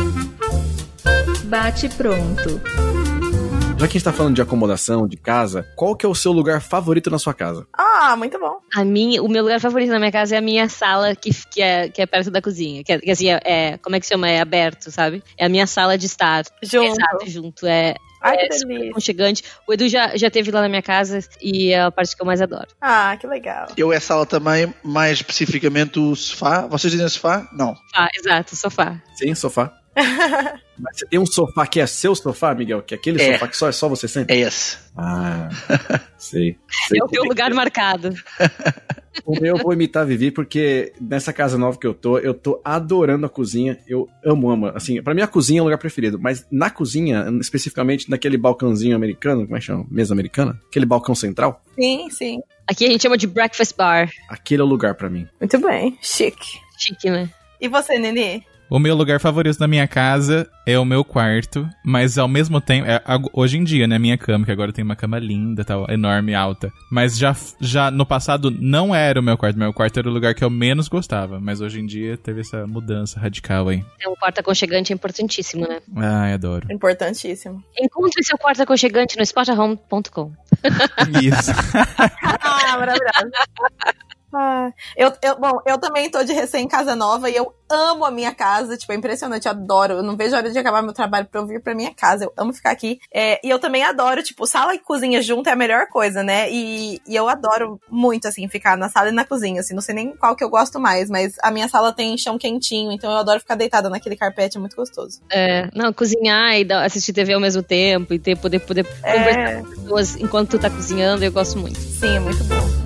Bate pronto. Já que a gente tá falando de acomodação, de casa, qual que é o seu lugar favorito na sua casa? Ah, muito bom. A minha, o meu lugar favorito na minha casa é a minha sala, que, que, é, que é perto da cozinha. Que, é, que assim, é, é, como é que chama? É aberto, sabe? É a minha sala de estar. Junto. Exato, junto. É, Ai, é que super delícia. aconchegante. O Edu já, já teve lá na minha casa e é a parte que eu mais adoro. Ah, que legal. Eu é sala também, mais especificamente o sofá. Vocês dizem sofá? Não. Ah, exato, sofá. Sim, sofá. Mas você tem um sofá que é seu sofá, Miguel? Que é aquele É. sofá que só é só você senta? É esse. Ah, sei. sei É o meu lugar marcado. O meu eu vou imitar a Vivi, porque nessa casa nova que eu tô, eu tô adorando a cozinha. Eu amo, amo. Assim, pra mim a cozinha é o lugar preferido. Mas na cozinha, especificamente naquele balcãozinho americano, como é que chama? Mesa americana? Aquele balcão central. Sim, sim. Aqui a gente chama de breakfast bar. Aquele é o lugar pra mim. Muito bem. Chique. Chique, né? E você, Nini? O meu lugar favorito da minha casa é o meu quarto, mas ao mesmo tempo, é, ag- hoje em dia, né, minha cama, que agora tem uma cama linda, tal, enorme, alta, mas já, já no passado não era o meu quarto, meu quarto era o lugar que eu menos gostava, mas hoje em dia teve essa mudança radical aí. É um quarto aconchegante é importantíssimo, né? Ai, adoro. Importantíssimo. Encontre seu quarto aconchegante no spot home ponto com. Isso. Ah, maravilhoso. Ah, eu, eu, bom, eu também tô de recém casa nova e eu amo a minha casa, tipo, é impressionante, eu adoro, eu não vejo a hora de acabar meu trabalho pra eu vir pra minha casa, eu amo ficar aqui, é, e eu também adoro, tipo, sala e cozinha junto é a melhor coisa, né, e, e eu adoro muito, assim, ficar na sala e na cozinha, assim, não sei nem qual que eu gosto mais, mas a minha sala tem chão quentinho, então eu adoro ficar deitada naquele carpete, é muito gostoso. É, não, cozinhar e dar- assistir T V ao mesmo tempo e ter, poder, poder É. conversar com pessoas enquanto tu tá cozinhando, eu gosto muito. Sim, é muito bom.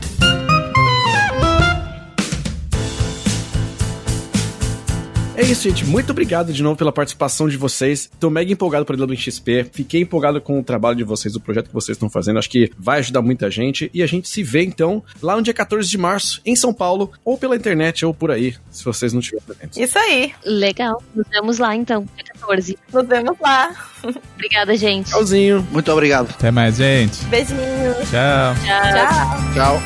É isso, gente. Muito obrigado de novo pela participação de vocês. Tô mega empolgado por W X P. Fiquei empolgado com o trabalho de vocês, o projeto que vocês estão fazendo. Acho que vai ajudar muita gente. E a gente se vê, então, lá no dia quatorze de março, em São Paulo, ou pela internet, ou por aí, se vocês não tiverem presentes. Isso aí. Legal. Nos vemos lá, então, dia quatorze. Nos vemos lá. Obrigada, gente. Tchauzinho. Muito obrigado. Até mais, gente. Beijinhos. Tchau. Tchau. Tchau. Tchau.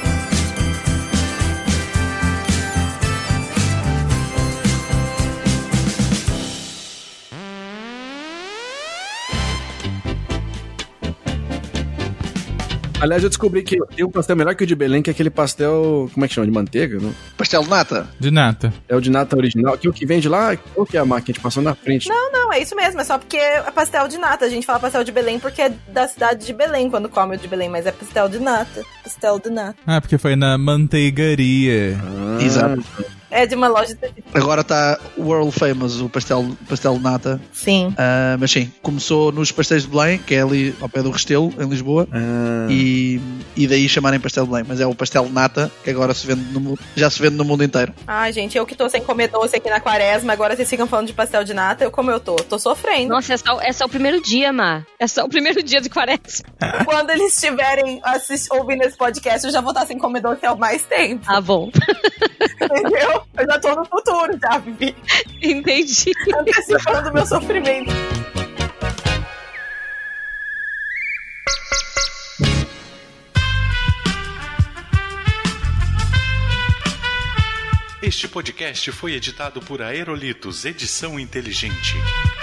Aliás, eu descobri que tem um pastel melhor que o de Belém, que é aquele pastel, como é que chama? De manteiga? Não? Pastel de nata? De nata. É o de nata original, que o que vende lá, qual que é a marca? A gente passou na frente. Não, não, é isso mesmo. É só porque é pastel de nata. A gente fala pastel de Belém porque é da cidade de Belém quando come o de Belém, mas é pastel de nata. Pastel de nata. Ah, porque foi na manteigaria. Ah, Exato. É de uma loja específica. Agora está world famous o pastel, pastel de nata. Sim. Uh, mas sim, começou nos pastéis de Belém, que é ali ao pé do Restelo, em Lisboa. Ah. E, e daí chamarem pastel de Belém. Mas é o pastel de nata que agora se vende no, já se vende no mundo inteiro. Ai, gente, eu que tô sem comer doce aqui na quaresma, agora vocês ficam falando de pastel de nata, eu como eu tô. Tô sofrendo. Nossa, é só, é só o primeiro dia, Má. É só o primeiro dia de quaresma. Quando eles estiverem assist... ouvindo esse podcast, eu já vou estar sem comer doce há mais tempo. Ah, bom. Entendeu? Eu já tô no futuro, já, Vivi. Entendi. Antecipando o meu sofrimento. Este podcast foi editado por Aerolitos Edição Inteligente.